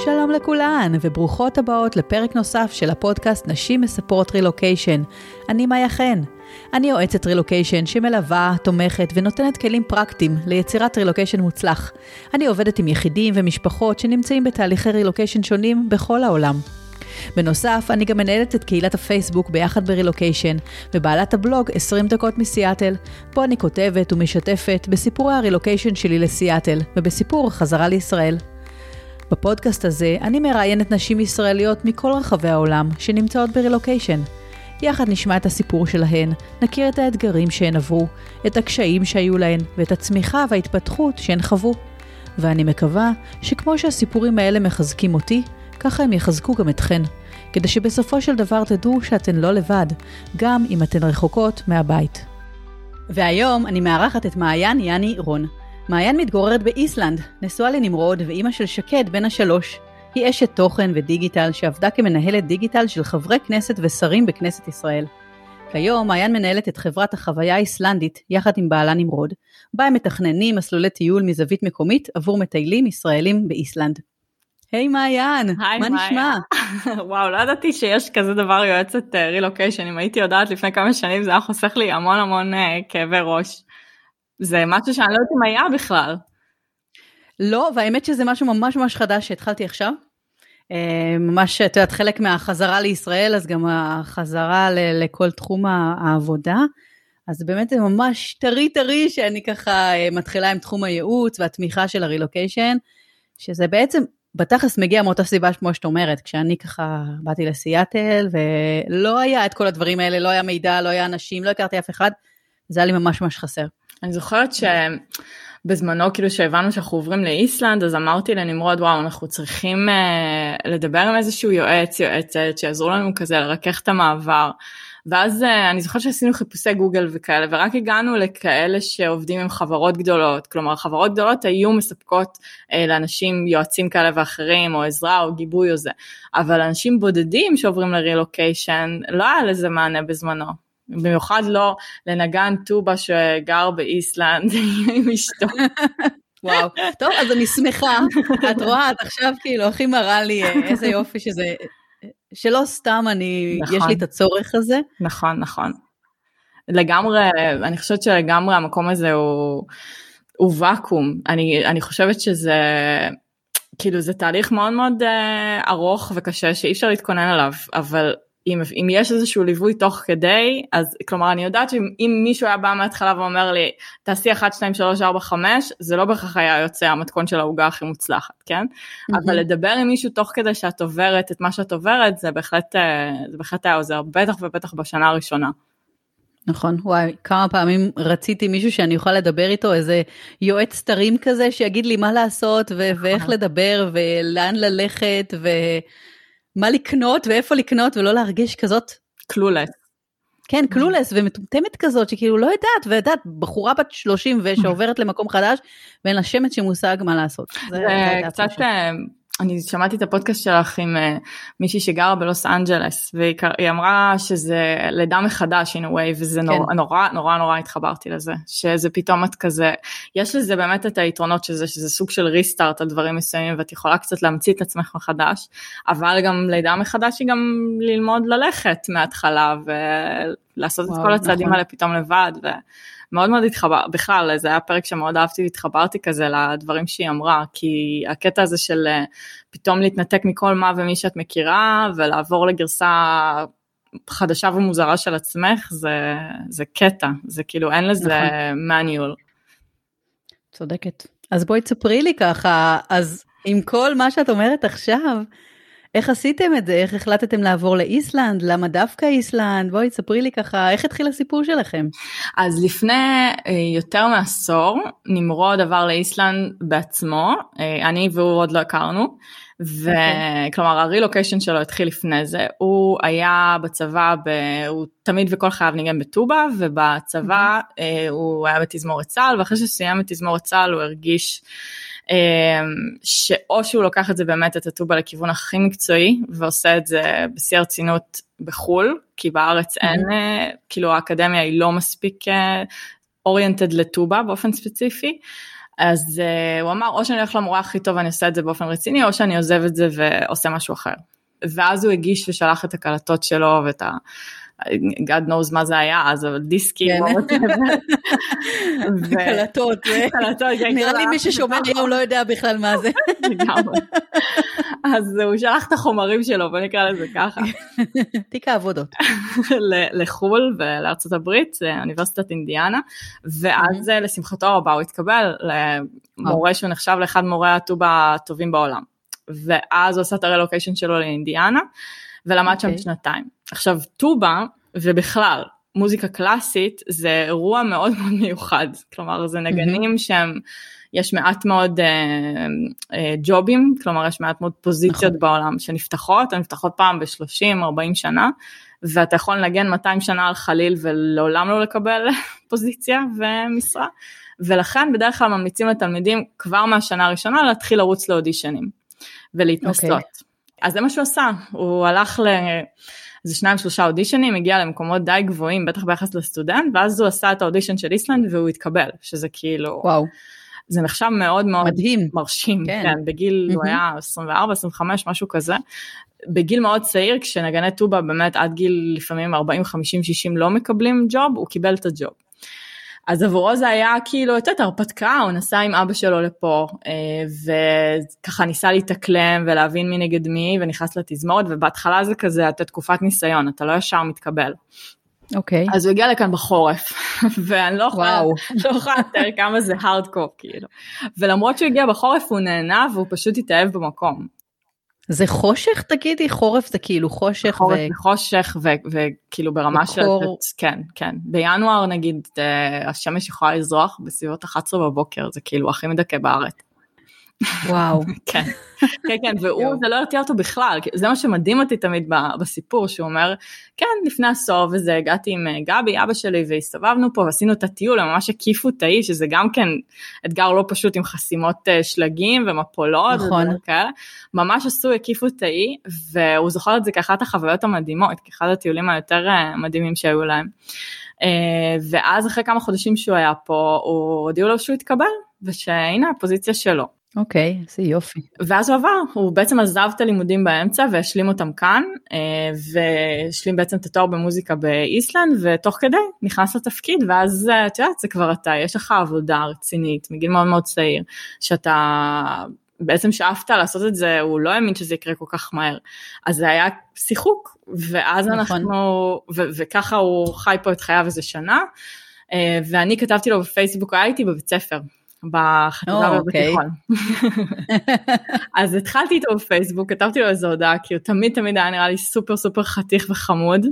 שלום לכולן, וברוכות הבאות לפרק נוסף של הפודקאסט נשים מספרות רילוקיישן. אני מאיה חן. אני יועצת רילוקיישן שמלווה, תומכת ונותנת כלים פרקטיים ליצירת רילוקיישן מוצלח. אני עובדת עם יחידים ומשפחות שנמצאים בתהליכי רילוקיישן שונים בכל העולם. בנוסף, אני גם מנהלת את קהילת הפייסבוק ביחד ברילוקיישן, ובעלת הבלוג 20 דקות מסיאטל, פה אני כותבת ומשתפת בסיפורי הרילוקיישן שלי לסיאטל, ובסיפור החזרה לישראל. בפודקאסט הזה אני מראיינת נשים ישראליות מכל רחבי העולם שנמצאות ברילוקיישן. יחד נשמע את הסיפור שלהן, נכיר את האתגרים שהן עברו, את הקשיים שהיו להן ואת הצמיחה וההתפתחות שהן חוו. ואני מקווה שכמו שהסיפורים האלה מחזקים אותי, ככה הם יחזקו גם אתכן, כדי שבסופו של דבר תדעו שאתן לא לבד, גם אם אתן רחוקות מהבית. והיום אני מארחת את מעיין יני רון. מעיין מתגוררת באיסלנד, נשואה לנמרוד ואימא של שקד בן השלוש. היא אשת תוכן ודיגיטל שעבדה כמנהלת דיגיטל של חברי כנסת ושרים בכנסת ישראל. כיום מעיין מנהלת את חברת החוויה האיסלנדית יחד עם בעלה נמרוד, בה הם מתכננים מסלולי טיול מזווית מקומית עבור מטיילים ישראלים באיסלנד. היי מעיין, מה נשמע? וואו, לא ידעתי שיש כזה דבר יועצת רילוקיישן. אם הייתי יודעת לפני כמה שנים זה היה חוסך לי המון כאבי ראש. זה משהו שאני לא יודעת אם היה בכלל. לא, והאמת שזה משהו ממש חדש שהתחלתי עכשיו. ממש, את יודעת, חלק מהחזרה לישראל, אז גם החזרה לכל תחום העבודה. אז באמת זה ממש טרי שאני ככה מתחילה עם תחום הייעוץ והתמיכה של הרילוקיישן, שזה בעצם בתכלס מגיע מאותה סיבה כמו שאת אומרת, כשאני ככה באתי לסיאטל, ולא היה את כל הדברים האלה, לא היה מידע, לא היה אנשים, לא הכרתי אף אחד, זה היה לי ממש חסר. אני זוכרת שבזמנו, כאילו שהבנו שאנחנו עוברים לאיסלנד, אז אמרתי לנמרוד, וואו, אנחנו צריכים לדבר עם איזשהו יועצת, שיעזרו לנו כזה לרכך את המעבר, ואז אני זוכרת שעשינו חיפושי גוגל וכאלה, ורק הגענו לכאלה שעובדים עם חברות גדולות, כלומר חברות גדולות היו מספקות לאנשים יועצים כאלה ואחרים, או עזרה או גיבוי או זה, אבל אנשים בודדים שעוברים לרילוקיישן, לא היה לזה מענה בזמנו, במיוחד לא לנגן טובה שגר באיסלנד עם אשתו. וואו, טוב, אז אני שמחה, את רואה, את עכשיו כאילו הכי מראה לי איזה יופי שזה, שלא סתם יש לי את הצורך הזה. נכון. לגמרי, אני חושבת שלגמרי המקום הזה הוא ואקום. אני חושבת שזה, כאילו זה תהליך מאוד ארוך וקשה שאי אפשר להתכונן עליו, אבל אם יש איזשהו ליווי תוך כדי, אז כלומר אני יודעת שאם מישהו היה בא מההתחלה ואומר לי, תעשי 1, 2, 3, 4, 5, זה לא בהכרח היה יוצא המתכון של ההוגה הכי מוצלחת, כן? אבל לדבר עם מישהו תוך כדי שאת עוברת את מה שאת עוברת, זה בהחלט היה עוזר, בטח בשנה הראשונה. נכון, וואי, כמה פעמים רציתי מישהו שאני אוכל לדבר איתו, איזה יועץ תרים כזה, שיגיד לי מה לעשות, ואיך לדבר, ולאן ללכת, מה לקנות ואיפה לקנות, ולא להרגיש כזאת קלולס. כן, קלולס ומטומטמת כזאת, שכאילו לא יודעת, ויודעת, בחורה בת 30 שעוברת למקום חדש, ואין לה שמץ שמושג מה לעשות. זה קצת, אני שמעתי את הפודקאסט שלך עם מישהי שגרה בלוס אנג'לס, והיא אמרה שזה לידה מחדש in a way, וזה נורא התחברתי לזה, שזה פתאום את כזה, יש לזה באמת את היתרונות שזה סוג של ריסטארט על דברים מסוימים, ואת יכולה קצת להמציא את עצמך מחדש, אבל גם לידה מחדש היא גם ללמוד ללכת מההתחלה, ולעשות את כל הצעדים האלה פתאום לבד, מאוד התחבר, בכלל זה היה פרק שמאוד אהבתי והתחברתי כזה לדברים שהיא אמרה, כי הקטע הזה של פתאום להתנתק מכל מה ומי שאת מכירה, ולעבור לגרסה חדשה ומוזרה של עצמך, זה קטע, זה כאילו אין לזה מניול. צודקת. אז בואי תספרי לי ככה, אז עם כל מה שאת אומרת עכשיו, איך עשיתם את זה? איך החלטתם לעבור לאיסלנד? למה דווקא איסלנד? בואי, תספרי לי ככה, איך התחיל הסיפור שלכם? אז לפני יותר מעשור, נמרוד עבר לאיסלנד בעצמו, אני והוא עוד לא הכרנו, וכלומר הרילוקיישן שלו התחיל לפני זה, הוא היה בצבא, הוא תמיד וכל חייו ניגן בטובה, ובצבא הוא היה בתזמורת צה"ל, ואחרי שסיים בתזמורת צה"ל הוא הרגיש שאו שהוא לוקח את זה באמת את הטובה לכיוון הכי מקצועי, ועושה את זה בשיא הרצינות בחול, כי בארץ אין, כאילו האקדמיה היא לא מספיק אוריינטד לטובה באופן ספציפי, אז הוא אמר, או שאני הולך למורה הכי טוב ואני עושה את זה באופן רציני, או שאני עוזב את זה ועושה משהו אחר. ואז הוא הגיש ושלח את הקלטות שלו, ואת God knows מה זה היה, אז דיסקים. קלטות, נראה לי מי ששומע היום לא יודע בכלל מה זה. אז הוא שלח את החומרים שלו, בוא נקרא לזה ככה. תיק העבודות. לחול ולארצות הברית, אוניברסיטת אינדיאנה, ואז לשמחתו הרבה הוא התקבל למורה שהוא נחשב לאחד מורי הטובה הטובים בעולם. ואז הוא עשה את הרילוקיישן שלו לאינדיאנה, ולמד שם 2 עכשיו, טובה, ובכלל, מוזיקה קלאסית, זה אירוע מאוד מאוד מיוחד, כלומר, זה נגנים שהם, יש מעט מאוד ג'ובים, כלומר, יש מעט מאוד פוזיציות בעולם, שנפתחות, הן נפתחות פעם ב-30-40 שנה, ואתה יכול לנגן 200 שנה על חליל, ולעולם לא לקבל פוזיציה ומשרה, ולכן בדרך כלל ממליצים לתלמידים, כבר מהשנה הראשונה, להתחיל לרוץ לאודישנים, ולהתנסות. אז זה מה שהוא עשה, הוא הלך איזה 2-3 אודישנים, הגיע למקומות די גבוהים, בטח ביחס לסטודנט, ואז הוא עשה את האודישן של איסלנד, והוא התקבל, שזה כאילו, וואו. זה נחשב מאוד מאוד מדהים. מרשים, כן, בגיל, הוא היה 24, 25, משהו כזה, בגיל מאוד צעיר, כשנגני טובה באמת עד גיל לפעמים 40, 50, 60 לא מקבלים ג'וב, הוא קיבל את הג'וב. אז עבורו זה היה כאילו יותר הרפתקה, הוא נסע עם אבא שלו לפה, וככה ניסה להתאקלם ולהבין מי נגד מי, ונכנס לתזמורת, ובהתחלה זה כזה, אתה תקופת ניסיון, אתה לא ישר מתקבל. אוקיי. אז הוא הגיע לכאן בחורף, ואני לא יכולה לתאר כמה זה הארדקור, כאילו. ולמרות שהוא הגיע בחורף, הוא נהנה, והוא פשוט התאהב במקום. זה חושך, תגידי? חורף זה כאילו חושך? חורף זה חושך, וכאילו ברמה של... כן, כן. בינואר, נגיד, השמש יכולה לזרוח בסביבות 11 בבוקר, זה כאילו הכי מדכא בארץ. וואו. כן, כן, כן, והוא, זה לא הרתיע אותו בכלל, זה מה שמדהים אותי תמיד בסיפור, שהוא אומר, כן, לפני עשור וזה, הגעתי עם גבי, אבא שלי, והסתובבנו פה, ועשינו את הטיול, הם ממש הקיפו תאי, שזה גם כן אתגר לא פשוט עם חסימות שלגים ומפולות, נכון. וכאלה, ממש עשו, הקיפו תאי, והוא זוכר את זה כאחת החוויות המדהימות, כאחד הטיולים היותר מדהימים שהיו להם, ואז אחרי כמה חודשים שהוא היה פה, הוא הודיעו לו שהוא התקבל, ושהנה הפוזיציה שלו. אוקיי, זה יופי. ואז הוא עבר, הוא בעצם עזב את הלימודים באמצע והשלים אותם כאן, והשלים בעצם את התואר במוזיקה באיסלנד, ותוך כדי נכנס לתפקיד, ואז את יודעת, זה כבר אתה, יש לך עבודה רצינית, מגיל מאוד מאוד צעיר, שאתה בעצם שאפת לעשות את זה, הוא לא האמין שזה יקרה כל כך מהר, אז זה היה שיחוק, ואז אנחנו, וככה הוא חי פה את חייו איזה שנה, ואני כתבתי לו בפייסבוק, הייתי בבית ספר, בחטיבה ובתיכון. אז התחלתי איתו בפייסבוק, כתבתי לו איזו הודעה, כי הוא תמיד היה נראה לי סופר סופר חתיך וחמוד,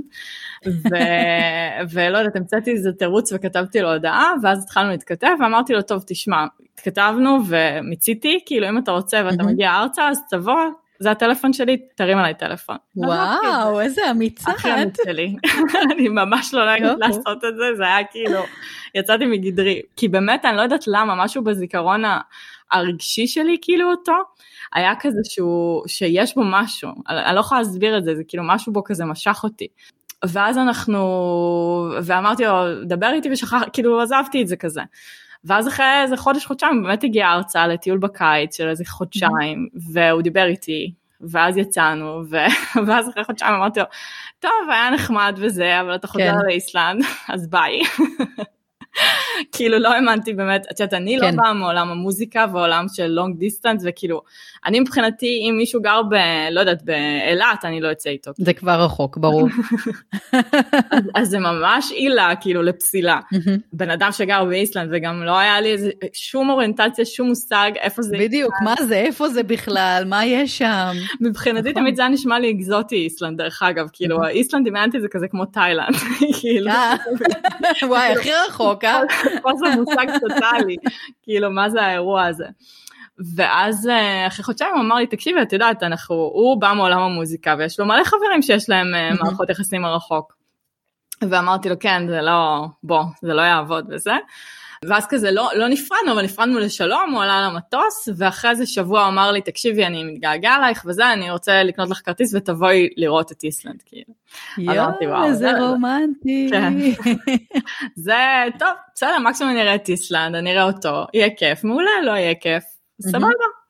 ולא יודעת, המצאתי איזה תירוץ וכתבתי לו הודעה, ואז התחלנו להתכתב, ואמרתי לו, טוב, תשמע, התכתבנו ומיציתי, כאילו אם אתה רוצה ואתה מגיע ארצה, אז תבוא, זה הטלפון שלי, תרים עליי טלפון. וואו, איזה אמיצה. הכי אמיץ שלי. אני ממש לא נהגת לעשות את זה, זה היה כאילו, יצאתי מגדרי. כי באמת, אני לא יודעת למה, משהו בזיכרון הרגשי שלי, כאילו אותו, היה כזה שיש בו משהו. אני לא יכולה להסביר את זה, זה כאילו משהו בו כזה משך אותי. ואז ואמרתי לו, דבר איתי כאילו עזבתי את זה כזה. ואז אחרי איזה חודש-חודשיים, באמת הגיעה הרצאה לטיול בקיץ של איזה חודשיים, והוא דיבר איתי, ואז יצאנו, ואז אחרי חודשיים אמרתי לו, טוב, היה נחמד וזה, אבל אתה חוזר לאיסלנד, אז ביי. כאילו לא האמנתי באמת, את יודעת, אני לא באה מעולם המוזיקה, ועולם של לונג דיסטנס, וכאילו, אני מבחינתי, אם מישהו גר לא יודעת, באילת, אני לא אצא איתו. זה כבר רחוק, ברור. אז זה ממש עילה, כאילו, לפסילה. בן אדם שגר באיסלנד, וגם לא היה לי שום אוריינטציה, שום מושג, איפה זה... בדיוק, מה זה, איפה זה בכלל, מה יש שם? מבחינתי תמיד זה היה נשמע לי אקזוטי איסלנד, דרך אגב, כאילו, איסלנד דמיינתי זה כזה כמו תאילנד, כאילו. וואי, הכי רחוק, פה זה מושג טוטלי, כאילו, מה זה האירוע הזה? ואז אחרי חודשיים הוא אמר לי, תקשיבי, את יודעת, הוא בא מעולם המוזיקה, ויש לו מלא חברים שיש להם מערכות יחסים מרחוק. ואמרתי לו, כן, זה לא יעבוד וזה. ואז כזה לא נפרדנו, אבל נפרדנו לשלום, הוא עלה למטוס, ואחרי זה שבוע הוא אמר לי, תקשיבי, אני מתגעגע עלייך וזה, אני רוצה לקנות לך כרטיס ותבואי לראות את איסלנד, כאילו. יואו, איזה רומנטי. זה, טוב, בסדר, מקסימום אני אראה את איסלנד, אני אראה אותו, יהיה כיף, מעולה, לא יהיה כיף, סבבה.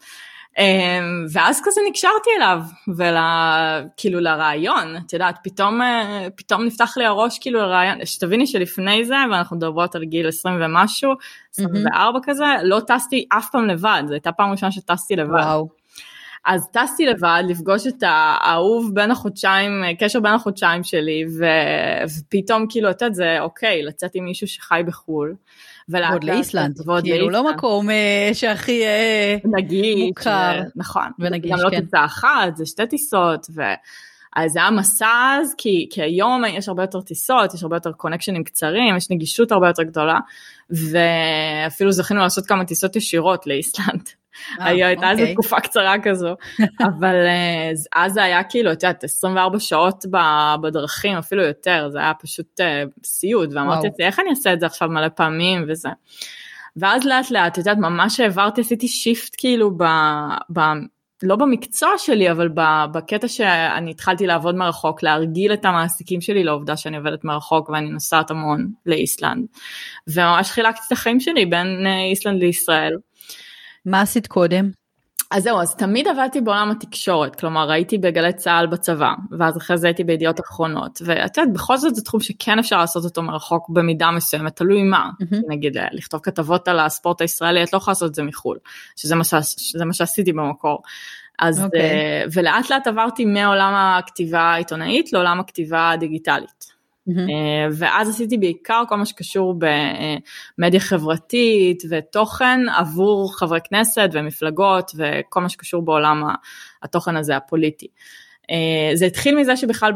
ואז כזה נקשרתי אליו, כאילו לרעיון, את יודעת, פתאום נפתח לי הראש כאילו לרעיון, שתביני שלפני זה, ואנחנו מדברות על גיל 20 ומשהו, 24 כזה, לא טסתי אף פעם לבד, זו הייתה פעם ראשונה שטסתי לבד. וואו. אז טסתי לבד, לפגוש את האהוב בין החודשיים, קשר בין החודשיים שלי, ופתאום כאילו, את יודעת, זה אוקיי, לצאת עם מישהו שחי בחול, ועוד לאיסלנד, כאילו לא מקום שהכי מוכר. נכון, גם לא טיסה אחת, זה 2 טיסות, אז זה היה מסע אז, כי היום יש הרבה יותר טיסות, יש הרבה יותר קונקשנים קצרים, יש נגישות הרבה יותר גדולה, ואפילו זכינו לעשות כמה טיסות ישירות לאיסלנד. הייתה איזו תקופה קצרה כזו, אבל אז זה היה כאילו, את יודעת, 24 שעות בדרכים, אפילו יותר, זה היה פשוט סיוד, ואמרתי, איך אני אעשה את זה עכשיו מלא פעמים וזה. ואז לאט לאט, את יודעת, ממש העברתי, עשיתי שיפט כאילו, לא במקצוע שלי, אבל בקטע שאני התחלתי לעבוד מרחוק, להרגיל את המעסיקים שלי לעובדה שאני עובדת מרחוק, ואני נוסעת המון לאיסלנד, וממש חילקתי את החיים שלי בין איסלנד לישראל. מה עשית קודם? אז זהו, אז תמיד עבדתי בעולם התקשורת, כלומר הייתי בגלי צהל בצבא, ואז אחרי זה הייתי בידיעות אחרונות, ואת יודעת, בכל זאת זה תחום שכן אפשר לעשות אותו מרחוק במידה מסוימת, תלוי מה, נגיד לכתוב כתבות על הספורט הישראלי, את לא יכולה לעשות את זה מחול, שזה מה שעשיתי במקור, אז ולאט לאט עברתי מעולם הכתיבה העיתונאית לעולם הכתיבה הדיגיטלית, ואז עשיתי בעיקר כל מה שקשור במדיה חברתית ותוכן עבור חברי כנסת ומפלגות וכל מה שקשור בעולם התוכן הזה הפוליטי. זה התחיל מזה שבכלל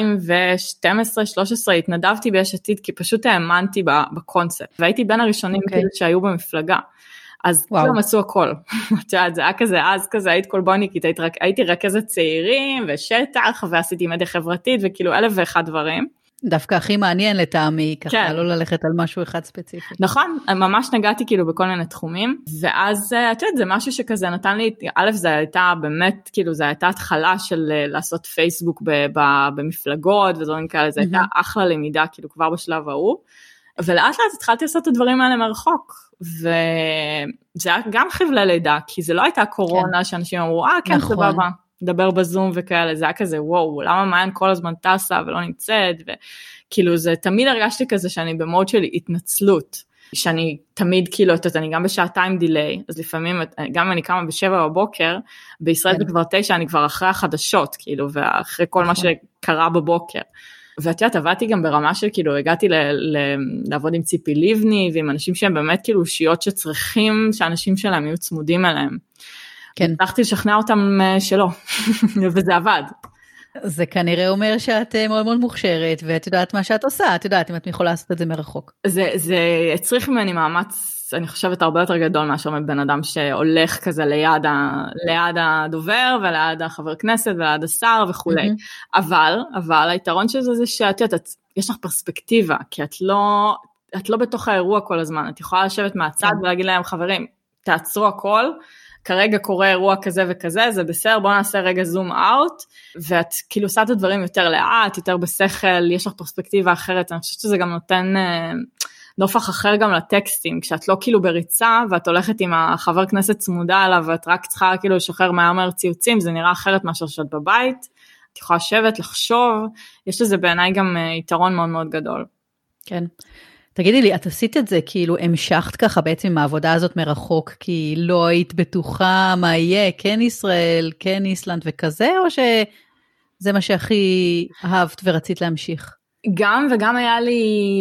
ב-2012-2013 התנדבתי ביש עתיד כי פשוט האמנתי בקונספט והייתי בין הראשונים שהיו במפלגה. אז כולם עשו הכל, זה היה כזה, אז כזה היית קולבוניקית, הייתי רכזת צעירים ושטח ועשיתי מדיה חברתית וכאילו 1,001 דברים. דווקא הכי מעניין לטעמי, ככה לא ללכת על משהו אחד ספציפי. נכון, ממש נגעתי כאילו בכל מיני תחומים, ואז את יודעת, זה משהו שכזה נתן לי, א' זה הייתה באמת, כאילו זה הייתה התחלה של לעשות פייסבוק במפלגות ודברים כאלה, זה הייתה אחלה למידה כאילו כבר בשלב ההוא, ולאט לאט התחלתי לעשות את הדברים האלה מרחוק, וזה היה גם חבלי לידה, כי זה לא הייתה קורונה שאנשים אמרו, כן, סבבה. לדבר בזום וכאלה, זה היה כזה, וואו, למה מעיין כל הזמן טסה ולא נמצאת, וכאילו זה תמיד הרגשתי כזה שאני במוד של התנצלות, שאני תמיד כאילו, אני גם בשעתיים דיליי, אז לפעמים, גם אני קמה ב7 בבוקר, בישראל זה כבר 9, אני כבר אחרי החדשות, כאילו, ואחרי כל מה שקרה בבוקר, ואת יודעת, עבדתי גם ברמה של כאילו, הגעתי לעבוד עם ציפי ליבני, ועם אנשים שהם באמת כאילו אישיות שצריכים, שאנשים שלהם יהיו צמודים אליהם, כן. הצלחתי לשכנע אותם שלא, וזה עבד. זה כנראה אומר שאת מאוד מאוד מוכשרת, ואת יודעת מה שאת עושה, את יודעת אם את יכולה לעשות את זה מרחוק. זה הצריך ממני מאמץ, אני חושבת הרבה יותר גדול מאשר מבן אדם שהולך כזה ליד הדובר, וליד החבר כנסת, וליד השר וכולי. אבל היתרון של זה שאת יודעת, יש לך פרספקטיבה, כי את לא בתוך האירוע כל הזמן, את יכולה לשבת מהצד ולהגיד להם, חברים, תעצרו הכל, כרגע קורה אירוע כזה וכזה, זה בסדר, בוא נעשה רגע זום אאוט, ואת כאילו עושה את הדברים יותר לאט, יותר בשכל, יש לך פרספקטיבה אחרת, אני חושבת שזה גם נותן נופח אחר גם לטקסטים, כשאת לא כאילו בריצה, ואת הולכת עם החבר כנסת צמודה עליו, ואת רק צריכה כאילו לשחרר מהר ציוצים, זה נראה אחרת מאשר שאת בבית, את יכולה לשבת, לחשוב, יש לזה בעיניי גם יתרון מאוד מאוד גדול. כן. תגידי לי, את עשית את זה, כאילו המשכת ככה בעצם עם העבודה הזאת מרחוק, כי לא היית בטוחה מה יהיה, כן ישראל, כן איסלנד וכזה, או שזה מה שהכי אהבת ורצית להמשיך? גם וגם היה לי,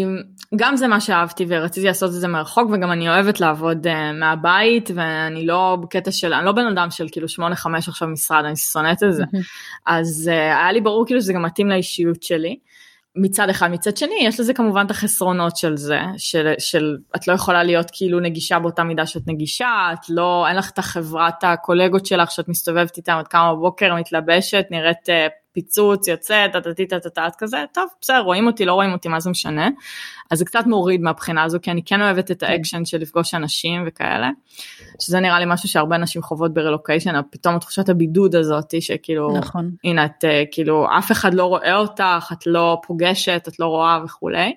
גם זה מה שאהבתי ורציתי לעשות את זה מרחוק, וגם אני אוהבת לעבוד מהבית, ואני לא בקטע של, אני לא בן אדם של כאילו 8-5 עכשיו משרד, אני שונאת את זה. אז היה לי ברור כאילו שזה גם מתאים לאישיות שלי. מצד אחד, מצד שני, יש לזה כמובן את החסרונות של זה, של את לא יכולה להיות כאילו נגישה באותה מידה שאת נגישה, אין לך את החברת הקולגות שלך שאת מסתובבת איתם, את כמה בבוקר מתלבשת, נראית פיצוץ יוצא, כזה, טוב, בסדר, רואים אותי, לא רואים אותי, מה זה משנה? אז זה קצת מוריד מהבחינה הזו, כי אני כן אוהבת את האקשן של לפגוש אנשים וכאלה, שזה נראה לי משהו שהרבה אנשים חוות ברילוקיישן, פתאום תחושת הבידוד הזאת, שכאילו, הנה, את כאילו, אף אחד לא רואה אותך, את לא פוגשת, את לא רואה וכולי,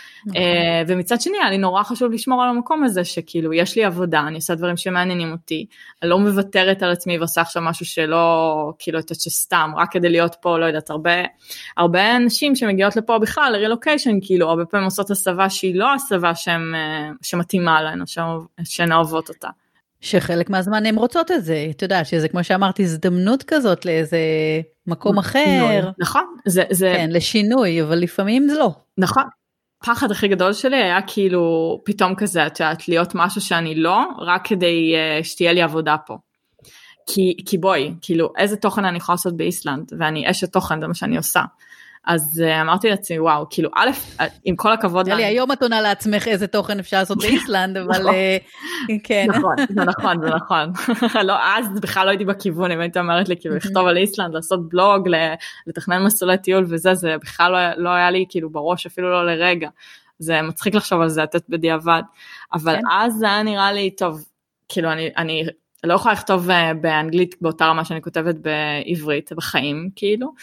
ומצד שני, אני נורא חשוב לשמור על המקום הזה, שכאילו, יש לי עבודה, אני עושה דברים שמעניינים אותי, אני לא מוותרת על עצמי, ועושה עכשיו משהו שלא, כאילו, את שסתם, רק כדי להיות פה, לא יודעת, הרבה אנשים שמגיעות לפה בכלל, לרילוקיישן, כאילו, הרבה פעמים עושות הסבה שהיא לא הסבה שמתאימה לנו, שהן אוהבות אותה. שחלק מהזמן הן רוצות את זה, אתה יודע, שזה כמו שאמרתי, הזדמנות כזאת לאיזה מקום אחר. נכון. כן, לשינוי, אבל לפעמים זה לא. נכון. הפחד הכי גדול שלי היה כאילו פתאום כזה, להיות משהו שאני לא, רק כדי שתהיה לי עבודה פה. כי בואי, כאילו איזה תוכן אני יכולה לעשות באיסלנד, ואני אשת תוכן, זה מה שאני עושה. אז אמרתי לעצמי, וואו, כאילו א', עם כל הכבוד... לי, היום את עונה לעצמך איזה תוכן אפשר לעשות באיסלנד, אבל כן. נכון, זה נכון. לא, אז בכלל לא הייתי בכיוון, אם הייתי אומרת לי, כאילו, לכתוב על איסלנד, לעשות בלוג, לתכנן מסלולי טיול וזה, זה בכלל לא היה לי, כאילו, בראש, אפילו לא לרגע. זה מצחיק לחשוב על זה, לתת בדיעבד. אבל אז זה היה נראה לי, טוב, כאילו, אני לא יכולה לכתוב באנגלית באותה רמה שאני כותבת בעברית בחיים, כאילו,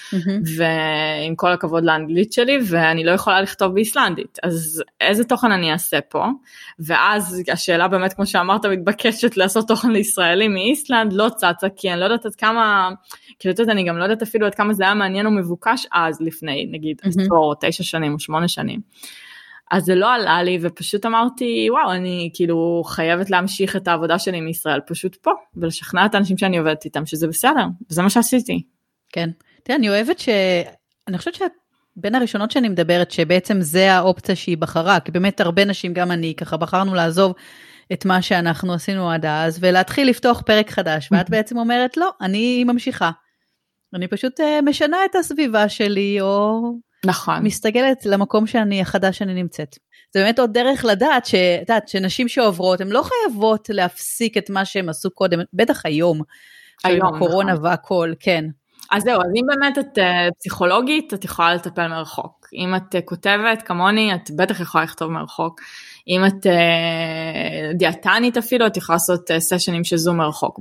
ועם כל הכבוד לאנגלית שלי, ואני לא יכולה לכתוב באיסלנדית, אז איזה תוכן אני אעשה פה? ואז השאלה באמת, כמו שאמרת, מתבקשת לעשות תוכן לישראלי מאיסלנד, לא צצה, כי אני לא יודעת עד כמה, כאילו, אני גם לא יודעת אפילו עד כמה זה היה מעניין או מבוקש אז לפני, נגיד, 9 שנים או 8 שנים. אז זה לא עלה לי, ופשוט אמרתי, וואו, אני כאילו חייבת להמשיך את העבודה שלי מישראל, פשוט פה, ולשכנע את האנשים שאני עובדת איתם, שזה בסדר, וזה מה שעשיתי. כן, תראה, אני אוהבת אני חושבת שבין הראשונות שאני מדברת, שבעצם זה האופציה שהיא בחרה, כי באמת הרבה נשים, גם אני, ככה בחרנו לעזוב את מה שאנחנו עשינו עד אז, ולהתחיל לפתוח פרק חדש, ואת בעצם אומרת, לא, אני ממשיכה. אני פשוט משנה את הסביבה שלי, או... נכון. מסתגלת למקום החדש שאני נמצאת. זה באמת עוד דרך לדעת שנשים שעוברות, הן לא חייבות להפסיק את מה שהן עשו קודם, בטח היום הקורונה נכון. והכל, כן. אז זהו, אז אם באמת את פסיכולוגית, את יכולה לטפל מרחוק. אם את כותבת כמוני, את בטח יכולה לכתוב מרחוק. אם את דיאטנית אפילו, את יכולה לעשות סשנים של זום מרחוק.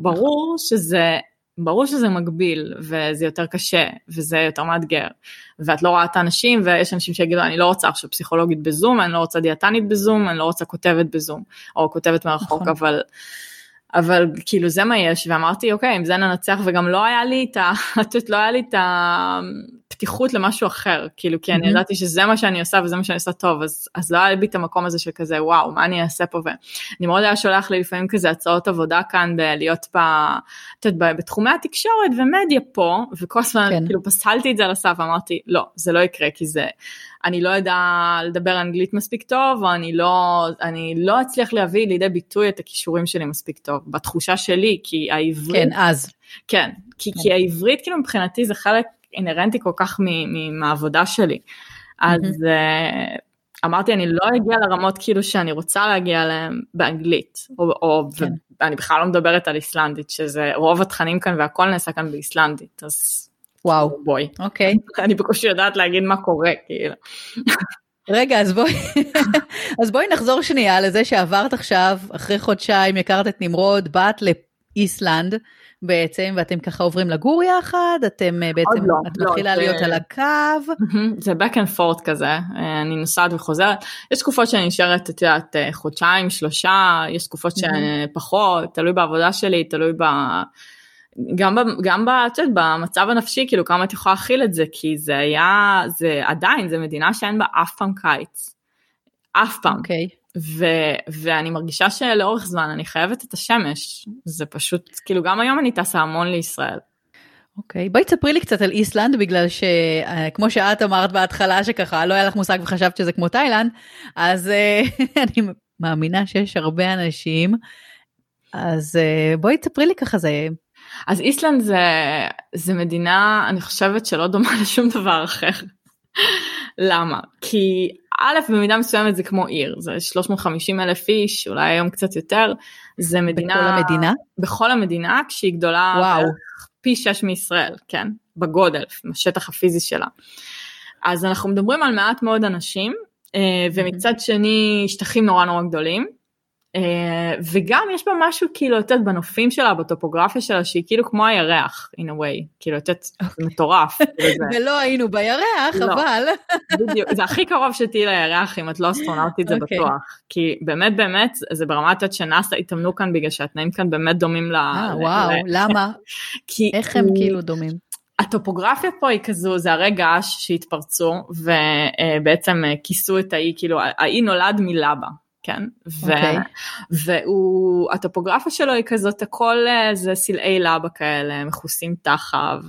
ברור שזה מגביל, וזה יותר קשה, וזה יותר מאתגר, ואת לא רואה את האנשים, ויש אנשים שיגידו, אני לא רוצה עכשיו פסיכולוגית בזום, אני לא רוצה דיאטנית בזום, אני לא רוצה כותבת בזום, או כותבת מרחוק, אבל כאילו זה מה יש, ואמרתי, אוקיי, אם זה ננצח, וגם לא היה לי את הפתיחות למשהו אחר, כאילו, כי אני ידעתי שזה מה שאני עושה, וזה מה שאני עושה טוב, אז לא היה לי את המקום הזה של כזה, וואו, מה אני אעשה פה, ואני מאוד היה שולח לי לפעמים כזה הצעות עבודה כאן, להיות בתחומי התקשורת ומדיה פה, וכל הזמן כאילו פסלתי את זה על הסף, ואמרתי, לא, זה לא יקרה, כי זה, אני לא יודע לדבר אנגלית מספיק טוב, או אני לא אצליח להביא לידי ביטוי את הכישורים שלי מספיק טוב, בתחושה שלי, כי העברית... כן, אז. כן, כי העברית כאילו מבחינתי זה חלק אינרנטי כל כך מהעבודה שלי, אז אמרתי אני לא אגיע לרמות כאילו שאני רוצה להגיע אליהם באנגלית, ואני בכלל לא מדברת על איסלנדית, שזה רוב התכנים כאן והכל נעשה כאן באיסלנדית, אז... וואו, בואי. אוקיי. אני בקושי יודעת להגיד מה קורה, כאילו. רגע, אז בואי נחזור שנייה לזה שעברת עכשיו, אחרי חודשיים הכרת את נמרוד, באת לאיסלנד בעצם, ואתם ככה עוברים לגור יחד, אתם בעצם, את מתחילה להיות על הקו. זה back and forth כזה, אני נוסעת וחוזרת, יש תקופות שאני נשארת, את יודעת, חודשיים, 3, יש תקופות שפחות, תלוי בעבודה שלי, תלוי גם במצב הנפשי, כאילו כמה את יכולה להכיל את זה, כי זה עדיין, זה מדינה שאין בה אף פעם קיץ, אף פעם, ואני מרגישה שלאורך זמן אני חייבת את השמש, זה פשוט, כאילו גם היום אני טסה המון לישראל. אוקיי, בואי תספרי לי קצת על איסלנד, בגלל שכמו שאת אמרת בהתחלה שככה, לא היה לך מושג וחשבת שזה כמו תאילנד, אז אני מאמינה שיש הרבה אנשים, אז בואי תספרי לי ככה זה... אז איסלנד זה מדינה, אני חושבת שלא דומה לשום דבר אחר. למה? כי א', במידה מסוימת זה כמו עיר, זה 350,000 איש, אולי היום קצת יותר, זה מדינה... בכל המדינה? בכל המדינה, כשהיא גדולה... וואו. פי 6 מישראל, כן? בגודל, בשטח הפיזי שלה. אז אנחנו מדברים על מעט מאוד אנשים, ומצד שני שטחים נורא נורא גדולים, וגם יש בה משהו כאילו לתת בנופים שלה, בטופוגרפיה שלה, שהיא כאילו כמו הירח, in a way, כאילו לתת מטורף. ולא היינו בירח, אבל... בדיוק, זה הכי קרוב שתהי לירח, אם את לא אסטרונאוטית זה בטוח, כי באמת באמת, זה ברמת עד שנאסא התאמנו כאן, בגלל שהתנאים כאן באמת דומים וואו, למה? איך הם כאילו דומים? הטופוגרפיה פה היא כזו, זה הרי געש שהתפרצו, ובעצם כיסו את האי, כאילו האי נולד מלבה, כן? והטופוגרפיה שלו היא כזאת, הכל זה סלעי לבה כאלה, מכוסים תחב,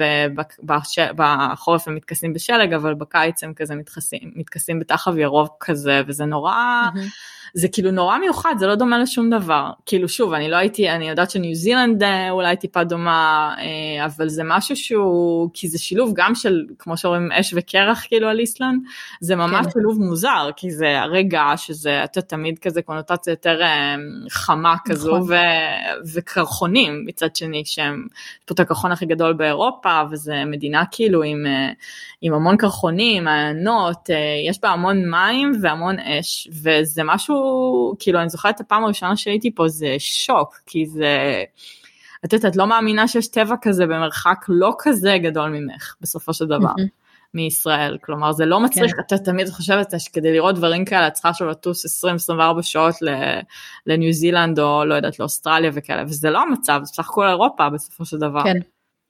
ובחורף הם מתכסים בשלג, אבל בקיץ הם כזה מתכסים בתחב ירוק כזה, וזה נורא... זה כאילו נורא מיוחד, זה לא דומה לשום דבר, כאילו שוב, אני יודעת שניו זילנד אולי טיפה דומה, אבל זה משהו שהוא, כי זה שילוב גם של, כמו שאומרים, אש וקרח כאילו על איסלנד, זה ממש שילוב מוזר, כי זה הרגע שזה תמיד כזה קונוטציה יותר חמה כזו, וקרחונים מצד שני, שהם פה את הקרחון הכי גדול באירופה, וזה מדינה כאילו עם המון קרחונים, מעיינות, יש בה המון מים והמון אש, וזה משהו, כאילו אני זוכרת את הפעם הראשונה שהייתי פה, זה שוק, כי זה, את לא מאמינה שיש טבע כזה במרחק לא כזה גדול ממך, בסופו של דבר, מישראל, כלומר זה לא מצריך, אתה תמיד חושבת שכדי לראות דברים כאלה, את צריכה לטוס 20-24 שעות לניו זילנד, או לא יודעת, לאוסטרליה וכאלה, וזה לא המצב, זה בסך הכל אירופה בסופו של דבר. כן.